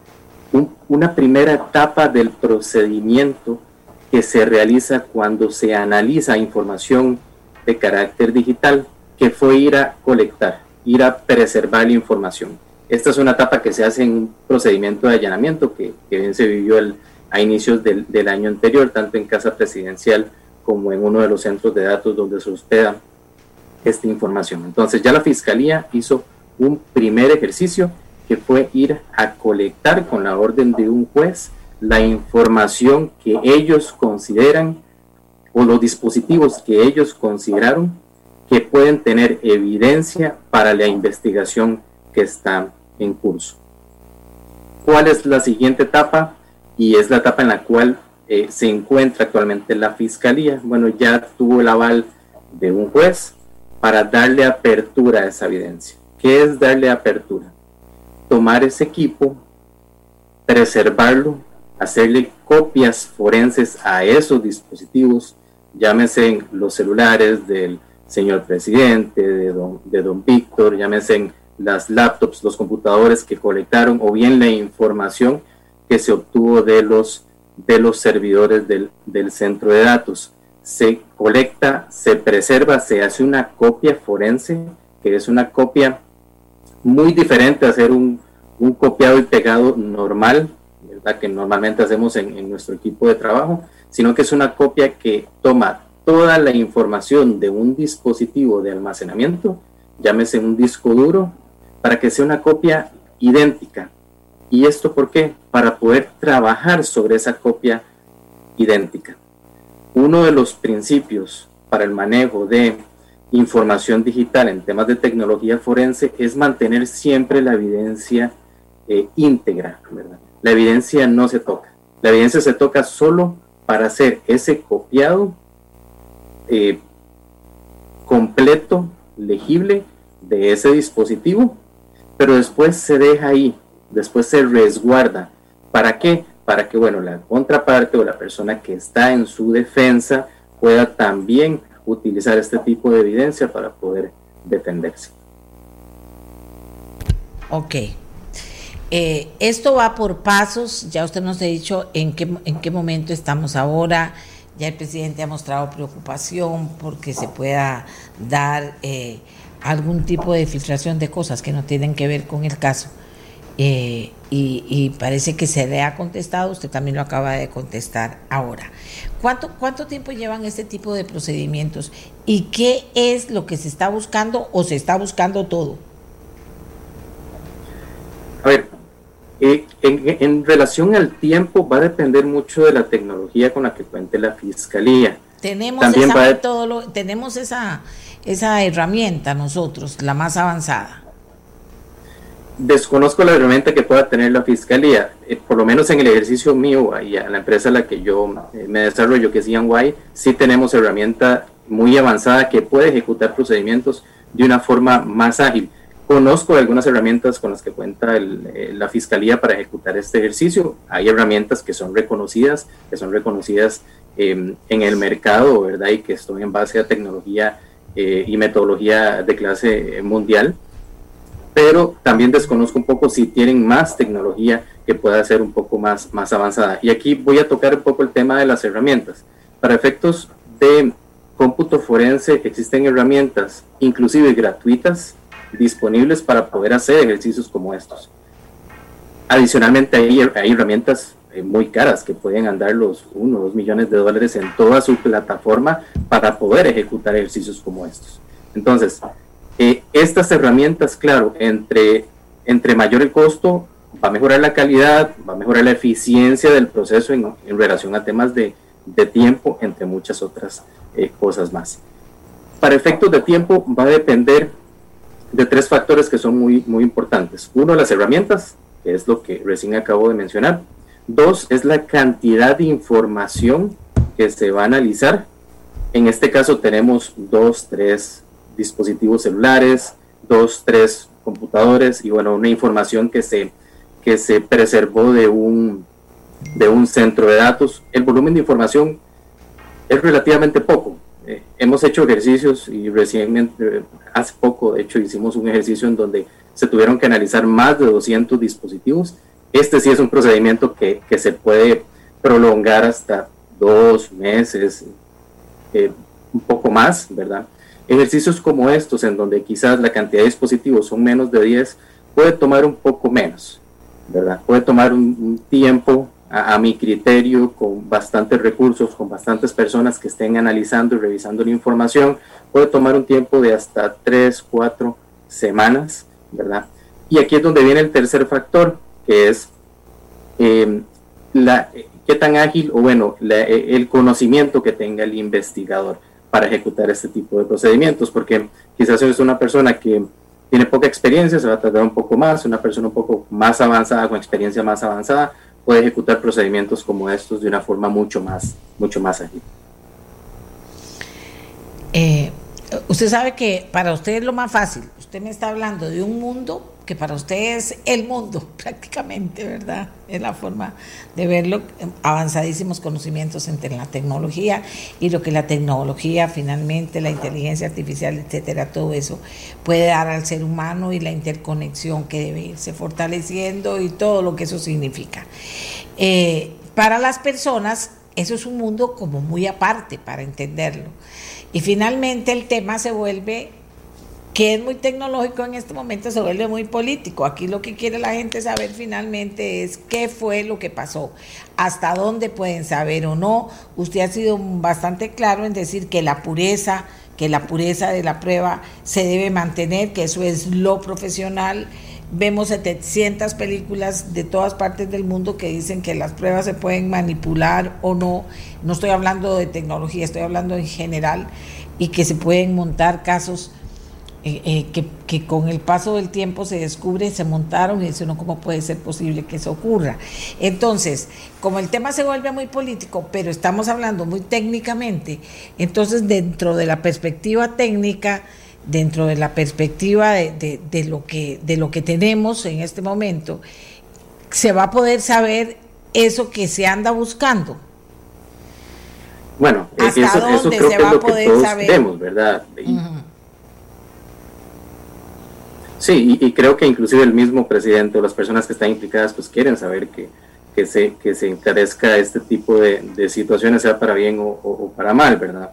una primera etapa del procedimiento que se realiza cuando se analiza información de carácter digital, que fue ir a colectar, ir a preservar la información. Esta es una etapa que se hace en un procedimiento de allanamiento que bien se vivió a inicios del año anterior, tanto en Casa Presidencial como en uno de los centros de datos donde se hospeda esta información. Entonces ya la Fiscalía hizo un primer ejercicio que fue ir a colectar con la orden de un juez la información que ellos consideran o los dispositivos que ellos consideraron que pueden tener evidencia para la investigación que está en curso. ¿Cuál es la siguiente etapa? Y es la etapa en la cual se encuentra actualmente la Fiscalía. Bueno, ya tuvo el aval de un juez para darle apertura a esa evidencia. ¿Qué es darle apertura? Tomar ese equipo, preservarlo, hacerle copias forenses a esos dispositivos, llámese los celulares del señor presidente, de don Víctor, llámese las laptops, los computadores que colectaron, o bien la información que se obtuvo de los servidores del centro de datos. se colecta, se preserva, se hace una copia forense, que es una copia muy diferente a hacer un copiado y pegado normal, ¿verdad? Que normalmente hacemos en nuestro equipo de trabajo, sino que es una copia que toma toda la información de un dispositivo de almacenamiento, llámese un disco duro, para que sea una copia idéntica. ¿Y esto por qué? Para poder trabajar sobre esa copia idéntica. Uno de los principios para el manejo de información digital en temas de tecnología forense es mantener siempre la evidencia íntegra, ¿verdad? La evidencia no se toca. La evidencia se toca solo para hacer ese copiado completo, legible de ese dispositivo, pero después se deja ahí, después se resguarda. ¿Para qué? Para que, bueno, la contraparte o la persona que está en su defensa pueda también utilizar este tipo de evidencia para poder defenderse. Ok. Esto va por pasos, ya usted nos ha dicho en qué momento estamos ahora. Ya el presidente ha mostrado preocupación porque se pueda dar algún tipo de filtración de cosas que no tienen que ver con el caso. Y parece que se le ha contestado, usted también lo acaba de contestar ahora. ¿Cuánto tiempo llevan este tipo de procedimientos? ¿Y qué es lo que se está buscando o se está buscando todo? A ver, en relación al tiempo va a depender mucho de la tecnología con la que cuente la Fiscalía. Tenemos esa herramienta nosotros, la más avanzada. Desconozco la herramienta que pueda tener la Fiscalía, por lo menos en el ejercicio mío y a la empresa a la que yo me desarrollo, que es EY, sí tenemos herramienta muy avanzada que puede ejecutar procedimientos de una forma más ágil. Conozco algunas herramientas con las que cuenta la Fiscalía para ejecutar este ejercicio. Hay herramientas que son reconocidas en el mercado, ¿verdad? Y que están en base a tecnología y metodología de clase mundial. Pero también desconozco un poco si tienen más tecnología que pueda ser un poco más avanzada. Y aquí voy a tocar un poco el tema de las herramientas. Para efectos de cómputo forense existen herramientas, inclusive gratuitas, disponibles para poder hacer ejercicios como estos. Adicionalmente hay herramientas muy caras que pueden andar los 1 o 2 millones de dólares en toda su plataforma para poder ejecutar ejercicios como estos. Entonces, estas herramientas, claro, entre mayor el costo, va a mejorar la calidad, va a mejorar la eficiencia del proceso en relación a temas de tiempo, entre muchas otras cosas más. Para efectos de tiempo va a depender de 3 factores que son muy, muy importantes. 1, las herramientas, que es lo que recién acabo de mencionar. 2, es la cantidad de información que se va a analizar. En este caso tenemos 2, 3 dispositivos celulares, 2, 3 computadores y bueno, una información que se preservó de un centro de datos. El volumen de información es relativamente poco. Hemos hecho ejercicios y recientemente, hace poco, de hecho, hicimos un ejercicio en donde se tuvieron que analizar más de 200 dispositivos. Este sí es un procedimiento que se puede prolongar hasta 2 meses, un poco más, ¿verdad? Ejercicios como estos, en donde quizás la cantidad de dispositivos son menos de 10, puede tomar un poco menos, ¿verdad? Puede tomar un tiempo, a mi criterio, con bastantes recursos, con bastantes personas que estén analizando y revisando la información, puede tomar un tiempo de hasta 3, 4 semanas, ¿verdad? Y aquí es donde viene el tercer factor, que es qué tan ágil, o bueno, el conocimiento que tenga el investigador para ejecutar este tipo de procedimientos, porque quizás es una persona que tiene poca experiencia, se va a tardar un poco más, una persona un poco más avanzada, con experiencia más avanzada, puede ejecutar procedimientos como estos de una forma mucho más ágil. Usted sabe que para usted es lo más fácil. Usted me está hablando de un mundo que para usted es el mundo, prácticamente, ¿verdad? Es la forma de verlo, avanzadísimos conocimientos entre la tecnología y lo que la tecnología, finalmente, la inteligencia artificial, etcétera, todo eso puede dar al ser humano y la interconexión que debe irse fortaleciendo y todo lo que eso significa. Para las personas eso es un mundo como muy aparte para entenderlo. Y finalmente el tema se vuelve, que es muy tecnológico en este momento, se vuelve muy político. Aquí lo que quiere la gente saber finalmente es qué fue lo que pasó, hasta dónde pueden saber o no. Usted ha sido bastante claro en decir que la pureza de la prueba se debe mantener, que eso es lo profesional. Vemos 700 películas de todas partes del mundo que dicen que las pruebas se pueden manipular o no. No estoy hablando de tecnología, estoy hablando en general, y que se pueden montar casos que con el paso del tiempo se descubre, se montaron, y dice uno, ¿cómo puede ser posible que eso ocurra? Entonces, como el tema se vuelve muy político, pero estamos hablando muy técnicamente, entonces dentro de la perspectiva técnica, dentro de la perspectiva de lo que tenemos en este momento, se va a poder saber eso que se anda buscando. Bueno, eso creo que es lo que todos vemos, ¿verdad? Uh-huh. Sí, y creo que inclusive el mismo presidente o las personas que están implicadas pues quieren saber que se encarezca este tipo de situaciones, sea para bien o para mal, ¿verdad?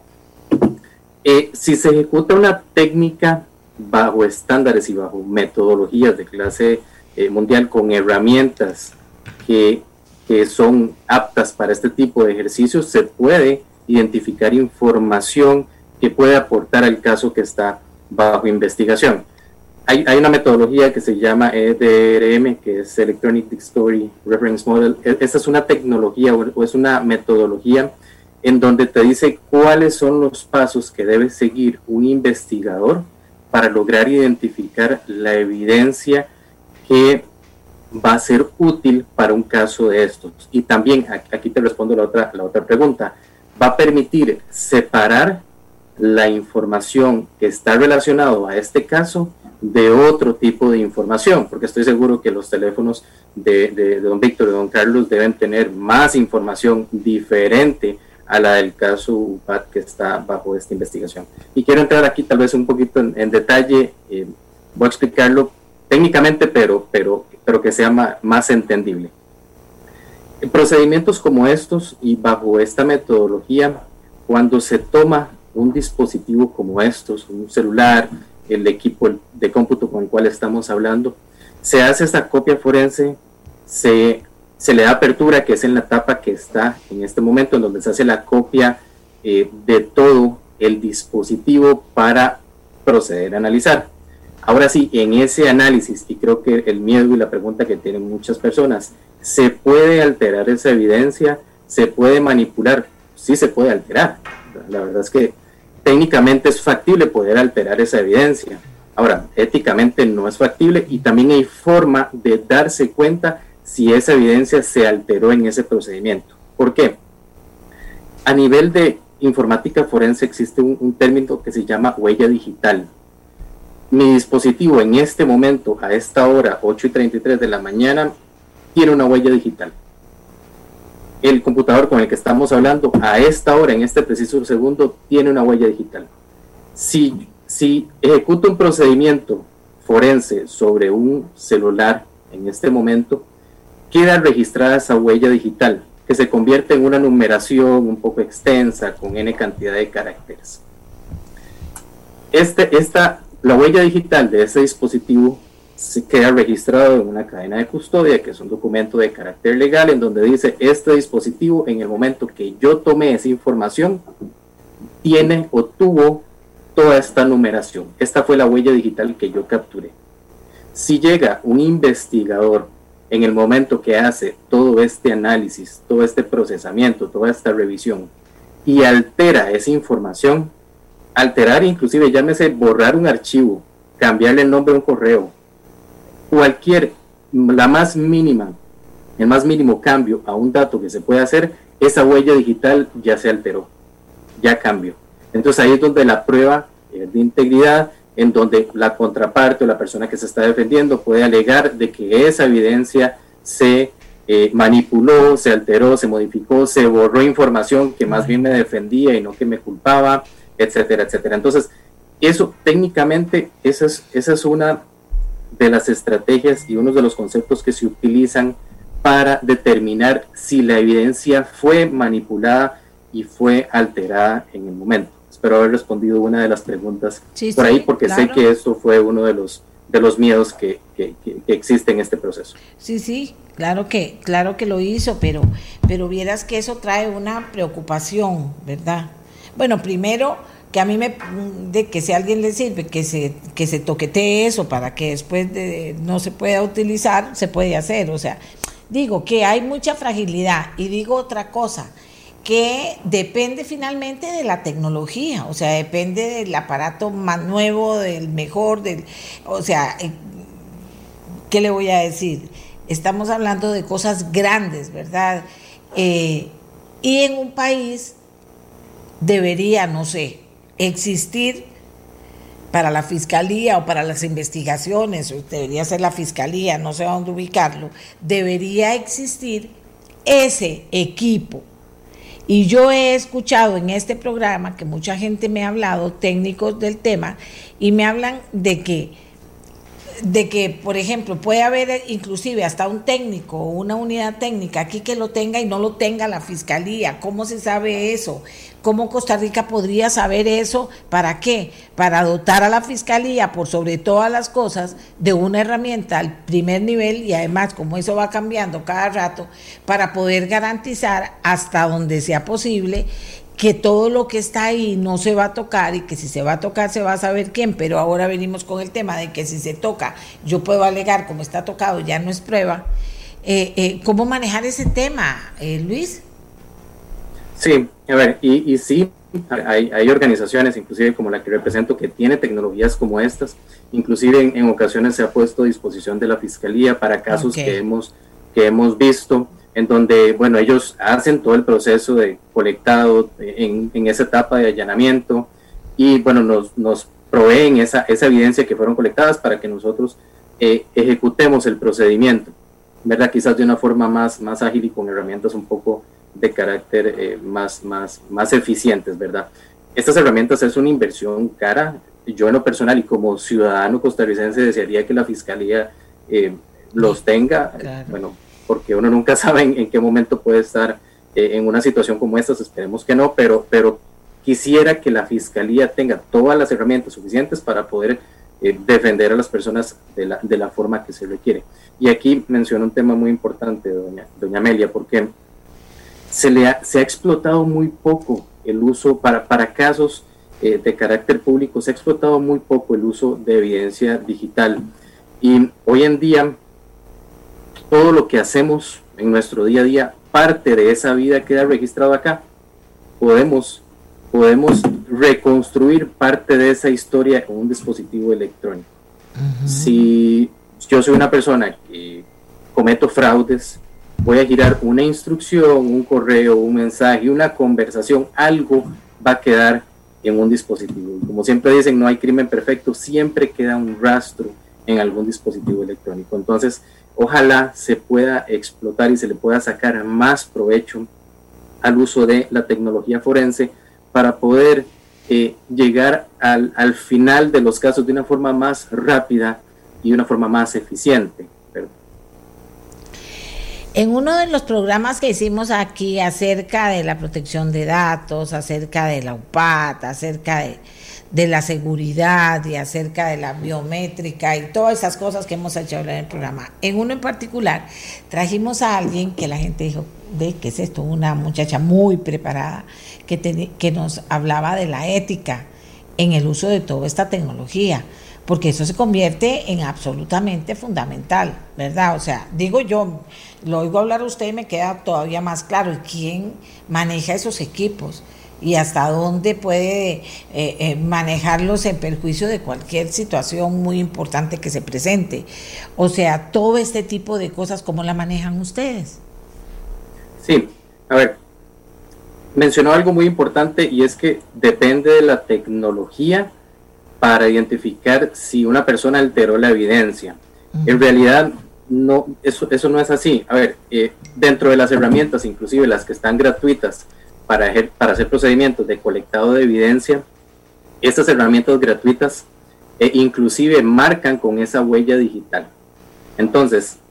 Si se ejecuta una técnica bajo estándares y bajo metodologías de clase mundial con herramientas que son aptas para este tipo de ejercicios, se puede identificar información que puede aportar al caso que está bajo investigación. Hay una metodología que se llama EDRM, que es Electronic Discovery Reference Model. Esta es una tecnología o es una metodología en donde te dice cuáles son los pasos que debe seguir un investigador para lograr identificar la evidencia que va a ser útil para un caso de estos. Y también, aquí te respondo la otra pregunta, va a permitir separar la información que está relacionada a este caso de otro tipo de información, porque estoy seguro que los teléfonos de don Víctor y don Carlos deben tener más información diferente a la del caso UPAD que está bajo esta investigación. Y quiero entrar aquí tal vez un poquito en detalle, voy a explicarlo técnicamente, pero que sea más entendible. En procedimientos como estos y bajo esta metodología, cuando se toma un dispositivo como estos, un celular, el equipo de cómputo con el cual estamos hablando, se hace esta copia forense, se le da apertura, que es en la etapa que está en este momento, en donde se hace la copia de todo el dispositivo para proceder a analizar. Ahora sí, en ese análisis, y creo que el miedo y la pregunta que tienen muchas personas, ¿se puede alterar esa evidencia? ¿Se puede manipular? Sí se puede alterar. La verdad es que técnicamente es factible poder alterar esa evidencia. Ahora, éticamente no es factible, y también hay forma de darse cuenta si esa evidencia se alteró en ese procedimiento. ¿Por qué? A nivel de informática forense existe un término que se llama huella digital. Mi dispositivo en este momento, a esta hora, 8:33 de la mañana, tiene una huella digital. El computador con el que estamos hablando a esta hora, en este preciso segundo, tiene una huella digital. Si ejecuto un procedimiento forense sobre un celular en este momento, queda registrada esa huella digital, que se convierte en una numeración un poco extensa, con n cantidad de caracteres. La huella digital de ese dispositivo se queda registrado en una cadena de custodia, que es un documento de carácter legal, en donde dice: este dispositivo, en el momento que yo tomé esa información, tiene o tuvo toda esta numeración. Esta fue la huella digital que yo capturé. Si llega un investigador en el momento que hace todo este análisis, todo este procesamiento, toda esta revisión, y altera esa información, alterar inclusive, llámese borrar un archivo, cambiarle el nombre a un correo, el más mínimo cambio a un dato que se puede hacer, esa huella digital ya se alteró, ya cambió. Entonces ahí es donde la prueba de integridad, en donde la contraparte o la persona que se está defendiendo puede alegar de que esa evidencia se manipuló, se alteró, se modificó, se borró información que más bien me defendía y no que me culpaba, etcétera, etcétera. Entonces, eso técnicamente, esa es una de las estrategias y uno de los conceptos que se utilizan para determinar si la evidencia fue manipulada y fue alterada en el momento. Espero haber respondido una de las preguntas por ahí, porque claro, sé que eso fue uno de los miedos que existe en este proceso. Sí, claro que lo hizo, pero vieras que eso trae una preocupación, ¿verdad? Bueno, primero, que a mí que si a alguien le sirve, que se toquetee eso para que después no se pueda utilizar, se puede hacer. O sea, digo que hay mucha fragilidad, y digo otra cosa, que depende finalmente de la tecnología, o sea, depende del aparato más nuevo, del mejor, o sea, ¿qué le voy a decir? Estamos hablando de cosas grandes, ¿verdad? Y en un país debería, no sé, existir para la fiscalía o para las investigaciones, debería ser la fiscalía, no sé a dónde ubicarlo, debería existir ese equipo. Y yo he escuchado en este programa que mucha gente me ha hablado, técnicos del tema, y me hablan de que, por ejemplo, puede haber inclusive hasta un técnico o una unidad técnica aquí que lo tenga y no lo tenga la fiscalía. ¿Cómo se sabe eso? ¿Cómo Costa Rica podría saber eso? ¿Para qué? Para dotar a la fiscalía, por sobre todas las cosas, de una herramienta al primer nivel, y además, como eso va cambiando cada rato, para poder garantizar hasta donde sea posible que todo lo que está ahí no se va a tocar, y que si se va a tocar se va a saber quién. Pero ahora venimos con el tema de que si se toca, yo puedo alegar como está tocado, ya no es prueba. ¿Cómo manejar ese tema, Luis? Sí, a ver, y sí, hay organizaciones, inclusive como la que represento, que tiene tecnologías como estas. Inclusive en ocasiones se ha puesto a disposición de la Fiscalía para casos que hemos visto, en donde, bueno, ellos hacen todo el proceso de colectado en esa etapa de allanamiento, y bueno, nos proveen esa evidencia que fueron colectadas para que nosotros ejecutemos el procedimiento, ¿verdad? Quizás de una forma más ágil y con herramientas un poco de carácter más eficientes, ¿verdad? Estas herramientas es una inversión cara. Yo en lo personal y como ciudadano costarricense desearía que la Fiscalía los tenga, claro. Bueno, porque uno nunca sabe en qué momento puede estar en una situación como esta. Esperemos que no, pero quisiera que la Fiscalía tenga todas las herramientas suficientes para poder defender a las personas de la forma que se requiere. Y aquí menciono un tema muy importante, doña Amelia, porque se ha explotado muy poco el uso para casos de carácter público, se ha explotado muy poco el uso de evidencia digital, y hoy en día todo lo que hacemos en nuestro día a día, parte de esa vida queda registrado acá. Podemos reconstruir parte de esa historia en un dispositivo electrónico. Uh-huh. Si yo soy una persona que cometo fraudes, voy a girar una instrucción, un correo, un mensaje, una conversación, algo va a quedar en un dispositivo. Y como siempre dicen, no hay crimen perfecto, siempre queda un rastro en algún dispositivo electrónico. Entonces, ojalá se pueda explotar y se le pueda sacar más provecho al uso de la tecnología forense para poder llegar al final de los casos de una forma más rápida y de una forma más eficiente. En uno de los programas que hicimos aquí acerca de la protección de datos, acerca de la UPAT, acerca de la seguridad y acerca de la biométrica y todas esas cosas que hemos hecho hablar en el programa, en uno en particular trajimos a alguien que la gente dijo, ¿qué es esto? Una muchacha muy preparada que nos hablaba de la ética en el uso de toda esta tecnología, porque eso se convierte en absolutamente fundamental, ¿verdad? O sea, digo yo, lo oigo hablar a usted y me queda todavía más claro, ¿quién maneja esos equipos? Y hasta dónde puede manejarlos en perjuicio de cualquier situación muy importante que se presente. O sea, todo este tipo de cosas, ¿cómo la manejan ustedes? Sí, a ver, mencionó algo muy importante, y es que depende de la tecnología para identificar si una persona alteró la evidencia. Uh-huh. En realidad, no, eso no es así. A ver, dentro de las herramientas, inclusive las que están gratuitas, para hacer procedimientos de colectado de evidencia, estas herramientas gratuitas inclusive marcan con esa huella digital. Entonces,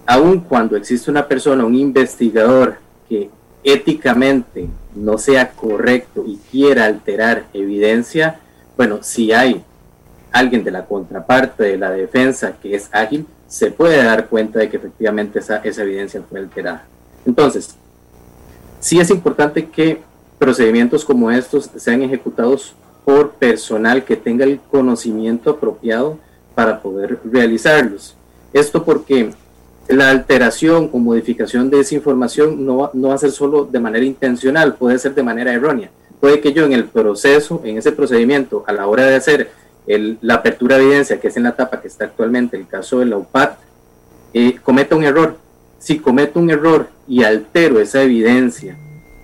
aun cuando existe una persona, un investigador que éticamente no sea correcto y quiera alterar evidencia, bueno, si hay alguien de la contraparte de la defensa que es ágil, se puede dar cuenta de que efectivamente esa evidencia fue alterada. Entonces, sí es importante que procedimientos como estos sean ejecutados por personal que tenga el conocimiento apropiado para poder realizarlos. Esto porque la alteración o modificación de esa información no va a ser solo de manera intencional, puede ser de manera errónea. Puede que yo en el proceso, en ese procedimiento, a la hora de hacer la apertura de evidencia, que es en la etapa que está actualmente el caso de la UPAT, cometa un error. Si cometo un error y altero esa evidencia,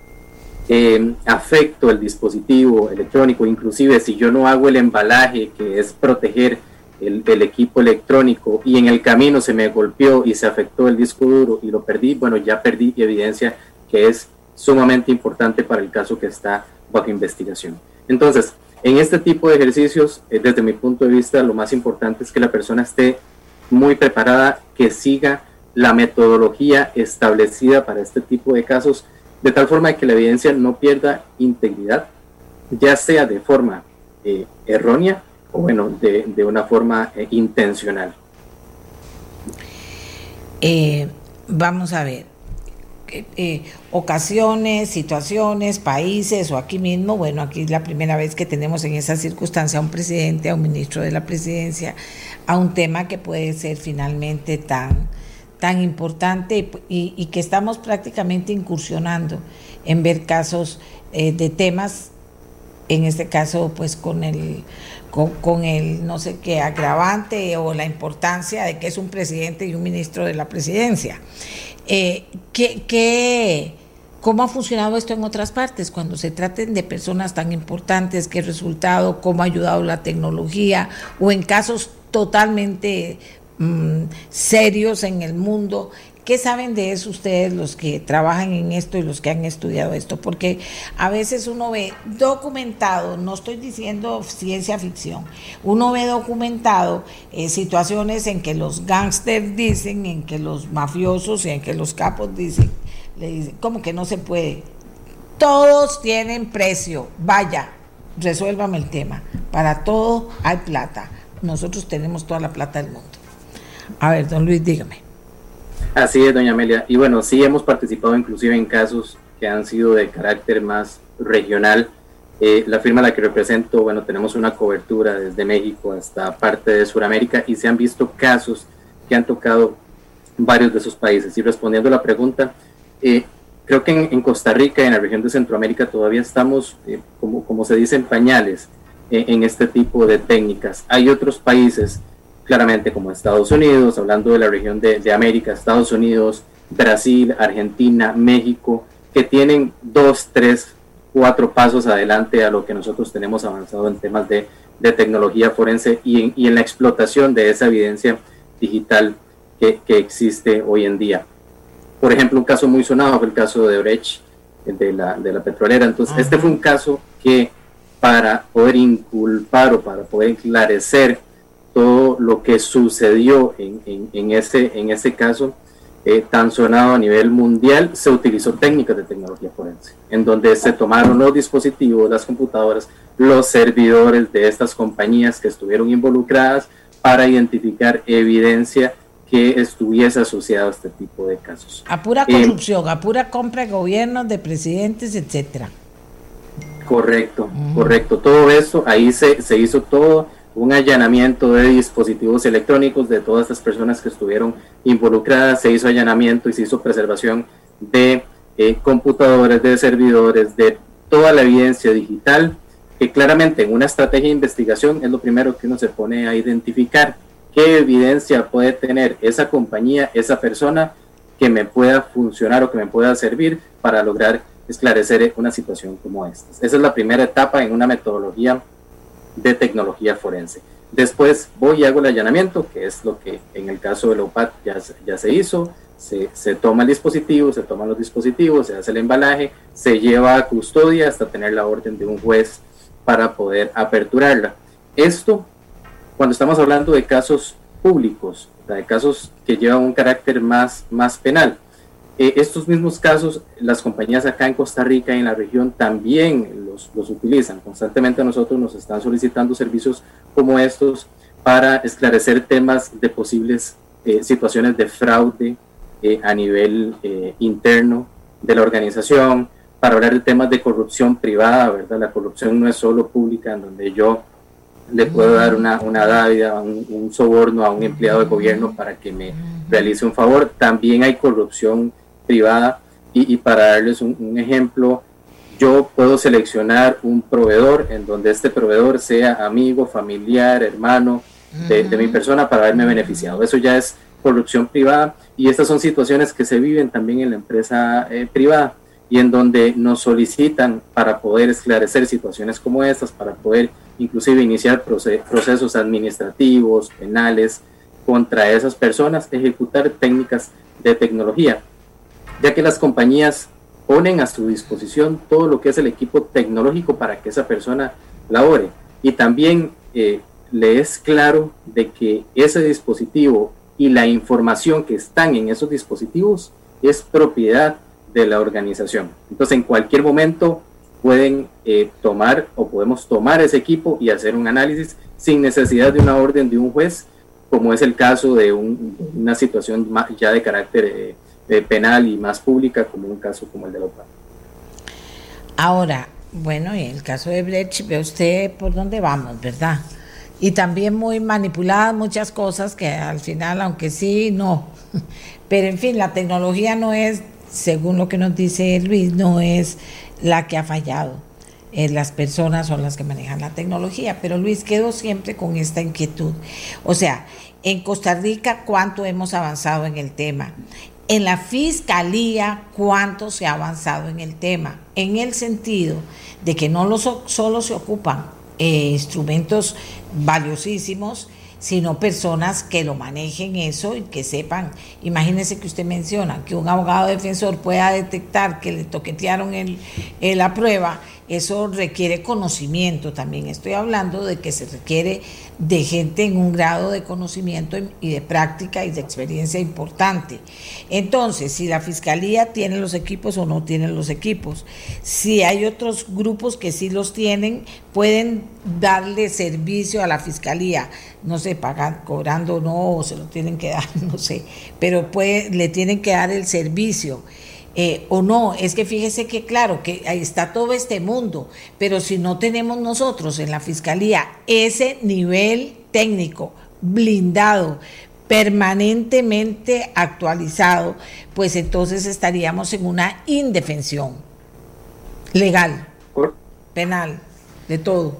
afecto el dispositivo electrónico, inclusive si yo no hago el embalaje, que es proteger el equipo electrónico, y en el camino se me golpeó y se afectó el disco duro y lo perdí, bueno, ya perdí evidencia que es sumamente importante para el caso que está bajo investigación. Entonces, en este tipo de ejercicios, desde mi punto de vista, lo más importante es que la persona esté muy preparada, que siga la metodología establecida para este tipo de casos, de tal forma que la evidencia no pierda integridad, ya sea de forma errónea o bueno, de una forma intencional. Vamos a ver, ocasiones, situaciones, países o aquí mismo, bueno, aquí es la primera vez que tenemos en esa circunstancia a un presidente, a un ministro de la presidencia, a un tema que puede ser finalmente tan importante y que estamos prácticamente incursionando en ver casos de temas, en este caso pues con el no sé qué agravante o la importancia de que es un presidente y un ministro de la presidencia. ¿Cómo ha funcionado esto en otras partes cuando se traten de personas tan importantes? ¿Qué resultado? ¿Cómo ha ayudado la tecnología? O en casos totalmente serios en el mundo. ¿Qué saben de eso ustedes, los que trabajan en esto y los que han estudiado esto? Porque a veces uno ve documentado, no estoy diciendo ciencia ficción, uno ve documentado situaciones en que los gángsters dicen, en que los mafiosos y en que los capos dicen, le dicen, ¿cómo que no se puede? Todos tienen precio, vaya, resuélvame el tema, para todo hay plata, nosotros tenemos toda la plata del mundo. A ver, don Luis, dígame. Así es, doña Amelia. Y bueno, sí hemos participado inclusive en casos que han sido de carácter más regional. La firma a la que represento, bueno, tenemos una cobertura desde México hasta parte de Sudamérica y se han visto casos que han tocado varios de esos países. Y respondiendo a la pregunta, creo que en Costa Rica y en la región de Centroamérica todavía estamos, como se dice, en pañales en este tipo de técnicas. Hay otros países, claramente como Estados Unidos, hablando de la región de América, Estados Unidos, Brasil, Argentina, México, que tienen 2, 3, 4 pasos adelante a lo que nosotros tenemos avanzado en temas de tecnología forense y en la explotación de esa evidencia digital que existe hoy en día. Por ejemplo, un caso muy sonado fue el caso de Odebrecht, de la petrolera. Entonces, este fue un caso que para poder inculpar o para poder esclarecer todo lo que sucedió en ese caso tan sonado a nivel mundial, se utilizó técnicas de tecnología forense, en donde se tomaron los dispositivos, las computadoras, los servidores de estas compañías que estuvieron involucradas para identificar evidencia que estuviese asociada a este tipo de casos. A pura corrupción, a pura compra de gobiernos, de presidentes, etcétera. Correcto, correcto. Todo eso, ahí se hizo todo un allanamiento de dispositivos electrónicos de todas estas personas que estuvieron involucradas, se hizo allanamiento y se hizo preservación de computadores, de servidores, de toda la evidencia digital, que claramente en una estrategia de investigación es lo primero que uno se pone a identificar. ¿Qué evidencia puede tener esa compañía, esa persona que me pueda funcionar o que me pueda servir para lograr esclarecer una situación como esta? Esa es la primera etapa en una metodología de tecnología forense. Después voy y hago el allanamiento, que es lo que en el caso de la UPAT ya se hizo. Se toma el dispositivo, se toman los dispositivos, se hace el embalaje, se lleva a custodia hasta tener la orden de un juez para poder aperturarla. Esto cuando estamos hablando de casos públicos, ¿verdad? De casos que llevan un carácter más penal. Estos mismos casos, las compañías acá en Costa Rica y en la región también los utilizan. Constantemente a nosotros nos están solicitando servicios como estos para esclarecer temas de posibles situaciones de fraude a nivel interno de la organización, para hablar de temas de corrupción privada, ¿verdad? La corrupción no es solo pública, en donde yo le puedo dar una dávida, un soborno a un empleado de gobierno para que me realice un favor. También hay corrupción privada y para darles un ejemplo, yo puedo seleccionar un proveedor en donde este proveedor sea amigo, familiar, hermano de mi persona para haberme beneficiado. Eso ya es corrupción privada y estas son situaciones que se viven también en la empresa privada y en donde nos solicitan para poder esclarecer situaciones como estas, para poder inclusive iniciar procesos administrativos, penales contra esas personas, ejecutar técnicas de tecnología, ya que las compañías ponen a su disposición todo lo que es el equipo tecnológico para que esa persona labore. Y también le es claro de que ese dispositivo y la información que están en esos dispositivos es propiedad de la organización. Entonces, en cualquier momento pueden tomar o podemos tomar ese equipo y hacer un análisis sin necesidad de una orden de un juez, como es el caso de una situación ya de carácter penal y más pública, como un caso como el de la OPA. Ahora, bueno, en el caso de Brecht, ve usted por dónde vamos, ¿verdad? Y también muy manipuladas muchas cosas que al final, aunque sí, no. Pero en fin, la tecnología no es, según lo que nos dice Luis, no es la que ha fallado. Las personas son las que manejan la tecnología. Pero Luis, quedo siempre con esta inquietud. O sea, en Costa Rica, ¿cuánto hemos avanzado en el tema? En la Fiscalía, ¿cuánto se ha avanzado en el tema? En el sentido de que no solo se ocupan instrumentos valiosísimos, sino personas que lo manejen eso y que sepan. Imagínense que usted menciona que un abogado defensor pueda detectar que le toquetearon la prueba. Eso requiere conocimiento también. Estoy hablando de que se requiere de gente en un grado de conocimiento y de práctica y de experiencia importante. Entonces, si la Fiscalía tiene los equipos o no tiene los equipos, si hay otros grupos que sí los tienen, pueden darle servicio a la Fiscalía, no sé, cobrando o no, o se lo tienen que dar, no sé, pero le tienen que dar el servicio. O no, es que fíjese que claro, que ahí está todo este mundo, pero si no tenemos nosotros en la Fiscalía ese nivel técnico blindado, permanentemente actualizado, pues entonces estaríamos en una indefensión legal, penal, de todo.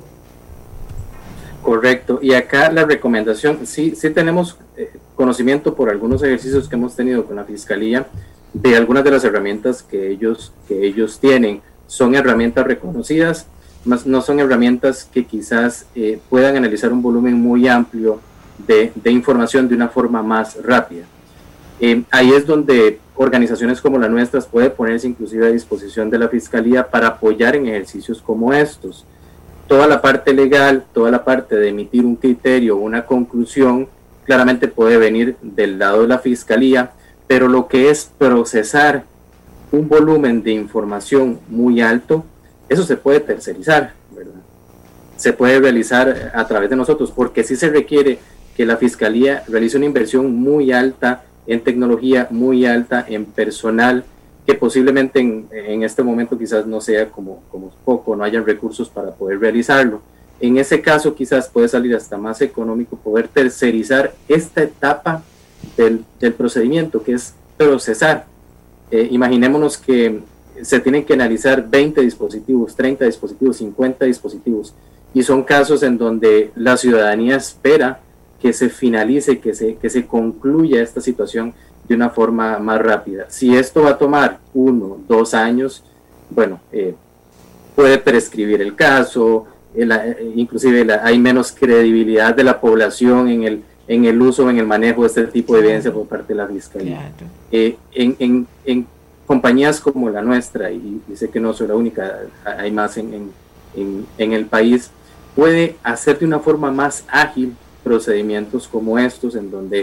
Correcto, y acá la recomendación, sí tenemos conocimiento por algunos ejercicios que hemos tenido con la Fiscalía, de algunas de las herramientas que ellos tienen. Son herramientas reconocidas, más no son herramientas que quizás puedan analizar un volumen muy amplio de información de una forma más rápida. Ahí es donde organizaciones como la nuestra pueden ponerse inclusive a disposición de la Fiscalía para apoyar en ejercicios como estos. Toda la parte legal, toda la parte de emitir un criterio, una conclusión, claramente puede venir del lado de la Fiscalía, pero lo que es procesar un volumen de información muy alto, eso se puede tercerizar, ¿verdad? Se puede realizar a través de nosotros, porque sí se requiere que la Fiscalía realice una inversión muy alta en tecnología, muy alta en personal, que posiblemente en este momento quizás no sea como poco, no hayan recursos para poder realizarlo. En ese caso quizás puede salir hasta más económico poder tercerizar esta etapa del procedimiento, que es procesar. Imaginémonos que se tienen que analizar 20 dispositivos, 30 dispositivos, 50 dispositivos, y son casos en donde la ciudadanía espera que se finalice, que se concluya esta situación de una forma más rápida. Si esto va a tomar 1, 2 años, bueno, puede prescribir el caso, inclusive hay menos credibilidad de la población en el uso, en el manejo de este tipo de evidencia por parte de la Fiscalía. Claro. En compañías como la nuestra, y sé que no soy la única, hay más en el país, puede hacer de una forma más ágil procedimientos como estos, en donde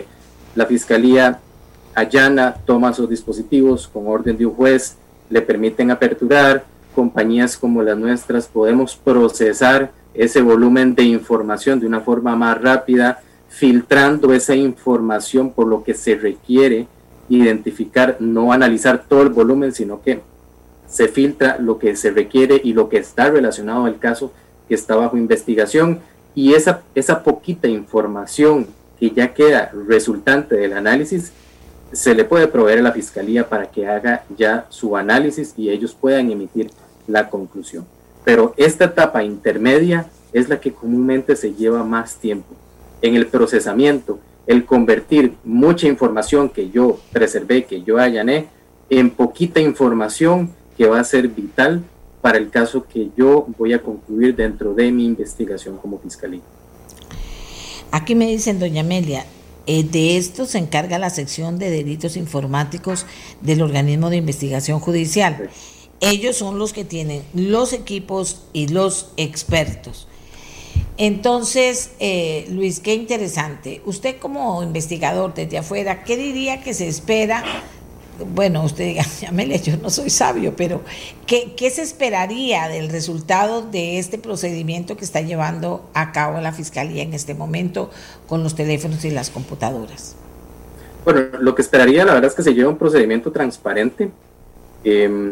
la Fiscalía allana, toma sus dispositivos con orden de un juez, le permiten aperturar. Compañías como las nuestras podemos procesar ese volumen de información de una forma más rápida, filtrando esa información por lo que se requiere identificar, no analizar todo el volumen, sino que se filtra lo que se requiere y lo que está relacionado al caso que está bajo investigación, y esa poquita información que ya queda resultante del análisis se le puede proveer a la Fiscalía para que haga ya su análisis y ellos puedan emitir la conclusión. Pero esta etapa intermedia es la que comúnmente se lleva más tiempo. En el procesamiento, el convertir mucha información que yo preservé, que yo allané, en poquita información que va a ser vital para el caso que yo voy a concluir dentro de mi investigación como Fiscalía. Aquí me dicen, doña Amelia, de esto se encarga la sección de delitos informáticos del organismo de investigación judicial. Ellos son los que tienen los equipos y los expertos. Entonces, Luis, qué interesante. Usted como investigador desde afuera, ¿qué diría que se espera? Bueno, usted diga, Amelia, yo no soy sabio, pero ¿qué se esperaría del resultado de este procedimiento que está llevando a cabo la Fiscalía en este momento con los teléfonos y las computadoras? Bueno, lo que esperaría, la verdad, es que se lleve un procedimiento transparente, que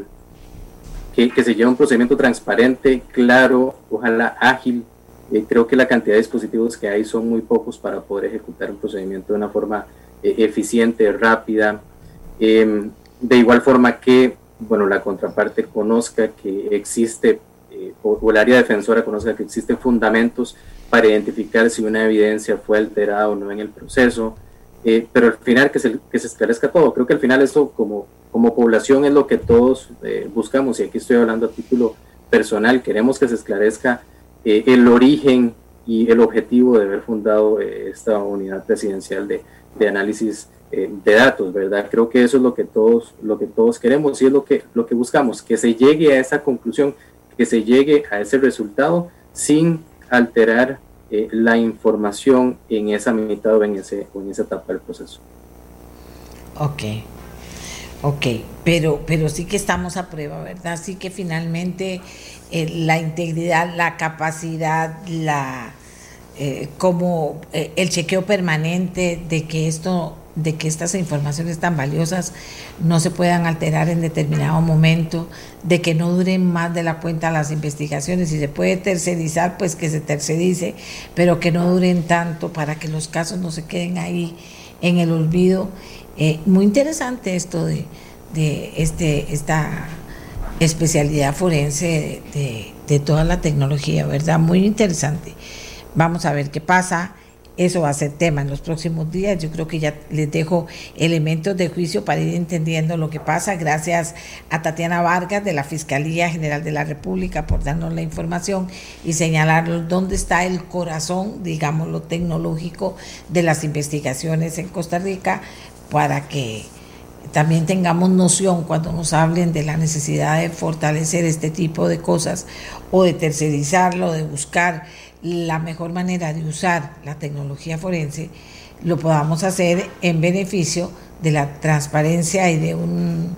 se lleve un procedimiento transparente, claro, ojalá ágil. Creo que la cantidad de dispositivos que hay son muy pocos para poder ejecutar un procedimiento de una forma eficiente, rápida. De igual forma que, bueno, la contraparte conozca que existe, o el área defensora conozca que existen fundamentos para identificar si una evidencia fue alterada o no en el proceso, pero al final que se esclarezca todo. Creo que al final esto como población es lo que todos buscamos, y aquí estoy hablando a título personal. Queremos que se esclarezca el origen y el objetivo de haber fundado esta unidad presidencial de análisis de datos, ¿verdad? Creo que eso es lo que todos queremos, y es lo que buscamos, que se llegue a esa conclusión, que se llegue a ese resultado sin alterar la información en esa mitad o en esa etapa del proceso. Ok, pero sí que estamos a prueba, ¿verdad? Sí que finalmente la integridad, la capacidad, como el chequeo permanente de que estas informaciones tan valiosas no se puedan alterar en determinado momento, de que no duren más de la cuenta las investigaciones. Si se puede tercerizar, pues que se tercerice, pero que no duren tanto para que los casos no se queden ahí en el olvido. Muy interesante esto de esta especialidad forense de toda la tecnología, ¿verdad? Muy interesante. Vamos a ver qué pasa. Eso va a ser tema en los próximos días. Yo creo que ya les dejo elementos de juicio para ir entendiendo lo que pasa. Gracias a Tatiana Vargas de la Fiscalía General de la República por darnos la información y señalar dónde está el corazón, digamos, lo tecnológico de las investigaciones en Costa Rica, para que también tengamos noción cuando nos hablen de la necesidad de fortalecer este tipo de cosas o de tercerizarlo, de buscar la mejor manera de usar la tecnología forense, lo podamos hacer en beneficio de la transparencia y de un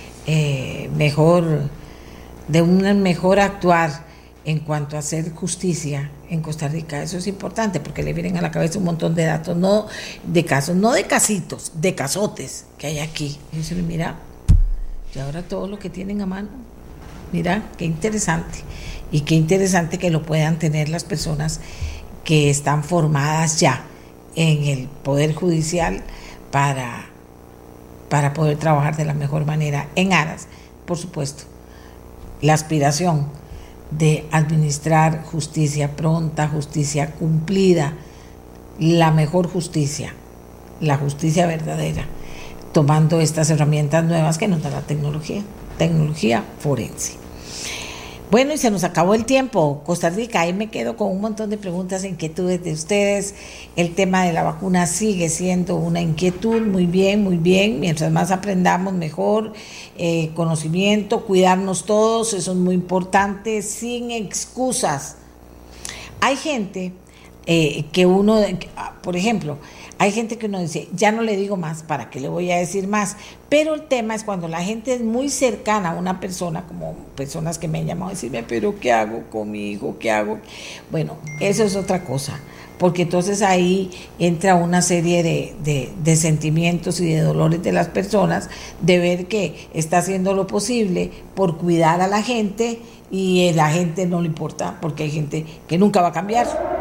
mejor actuar en cuanto a hacer justicia en Costa Rica. Eso es importante porque le vienen a la cabeza un montón de datos, no de casos, no de casitos, de casotes que hay aquí. Y dice, mira, y ahora todo lo que tienen a mano, mira, qué interesante. Y qué interesante que lo puedan tener las personas que están formadas ya en el Poder Judicial para poder trabajar de la mejor manera en aras, por supuesto, la aspiración de administrar justicia pronta, justicia cumplida, la mejor justicia, la justicia verdadera, tomando estas herramientas nuevas que nos da la tecnología forense. Bueno, y se nos acabó el tiempo, Costa Rica. Ahí me quedo con un montón de preguntas e inquietudes de ustedes. El tema de la vacuna sigue siendo una inquietud. Muy bien. Mientras más aprendamos, mejor. Conocimiento, cuidarnos todos, eso es muy importante, sin excusas. Hay gente que uno, por ejemplo, hay gente que uno dice, ya no le digo más, ¿para qué le voy a decir más? Pero el tema es cuando la gente es muy cercana a una persona, como personas que me han llamado a decirme, pero ¿qué hago con mi hijo? ¿Qué hago? Bueno, eso es otra cosa, porque entonces ahí entra una serie de sentimientos y de dolores de las personas, de ver que está haciendo lo posible por cuidar a la gente y la gente no le importa, porque hay gente que nunca va a cambiar.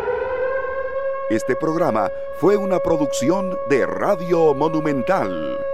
Este programa fue una producción de Radio Monumental.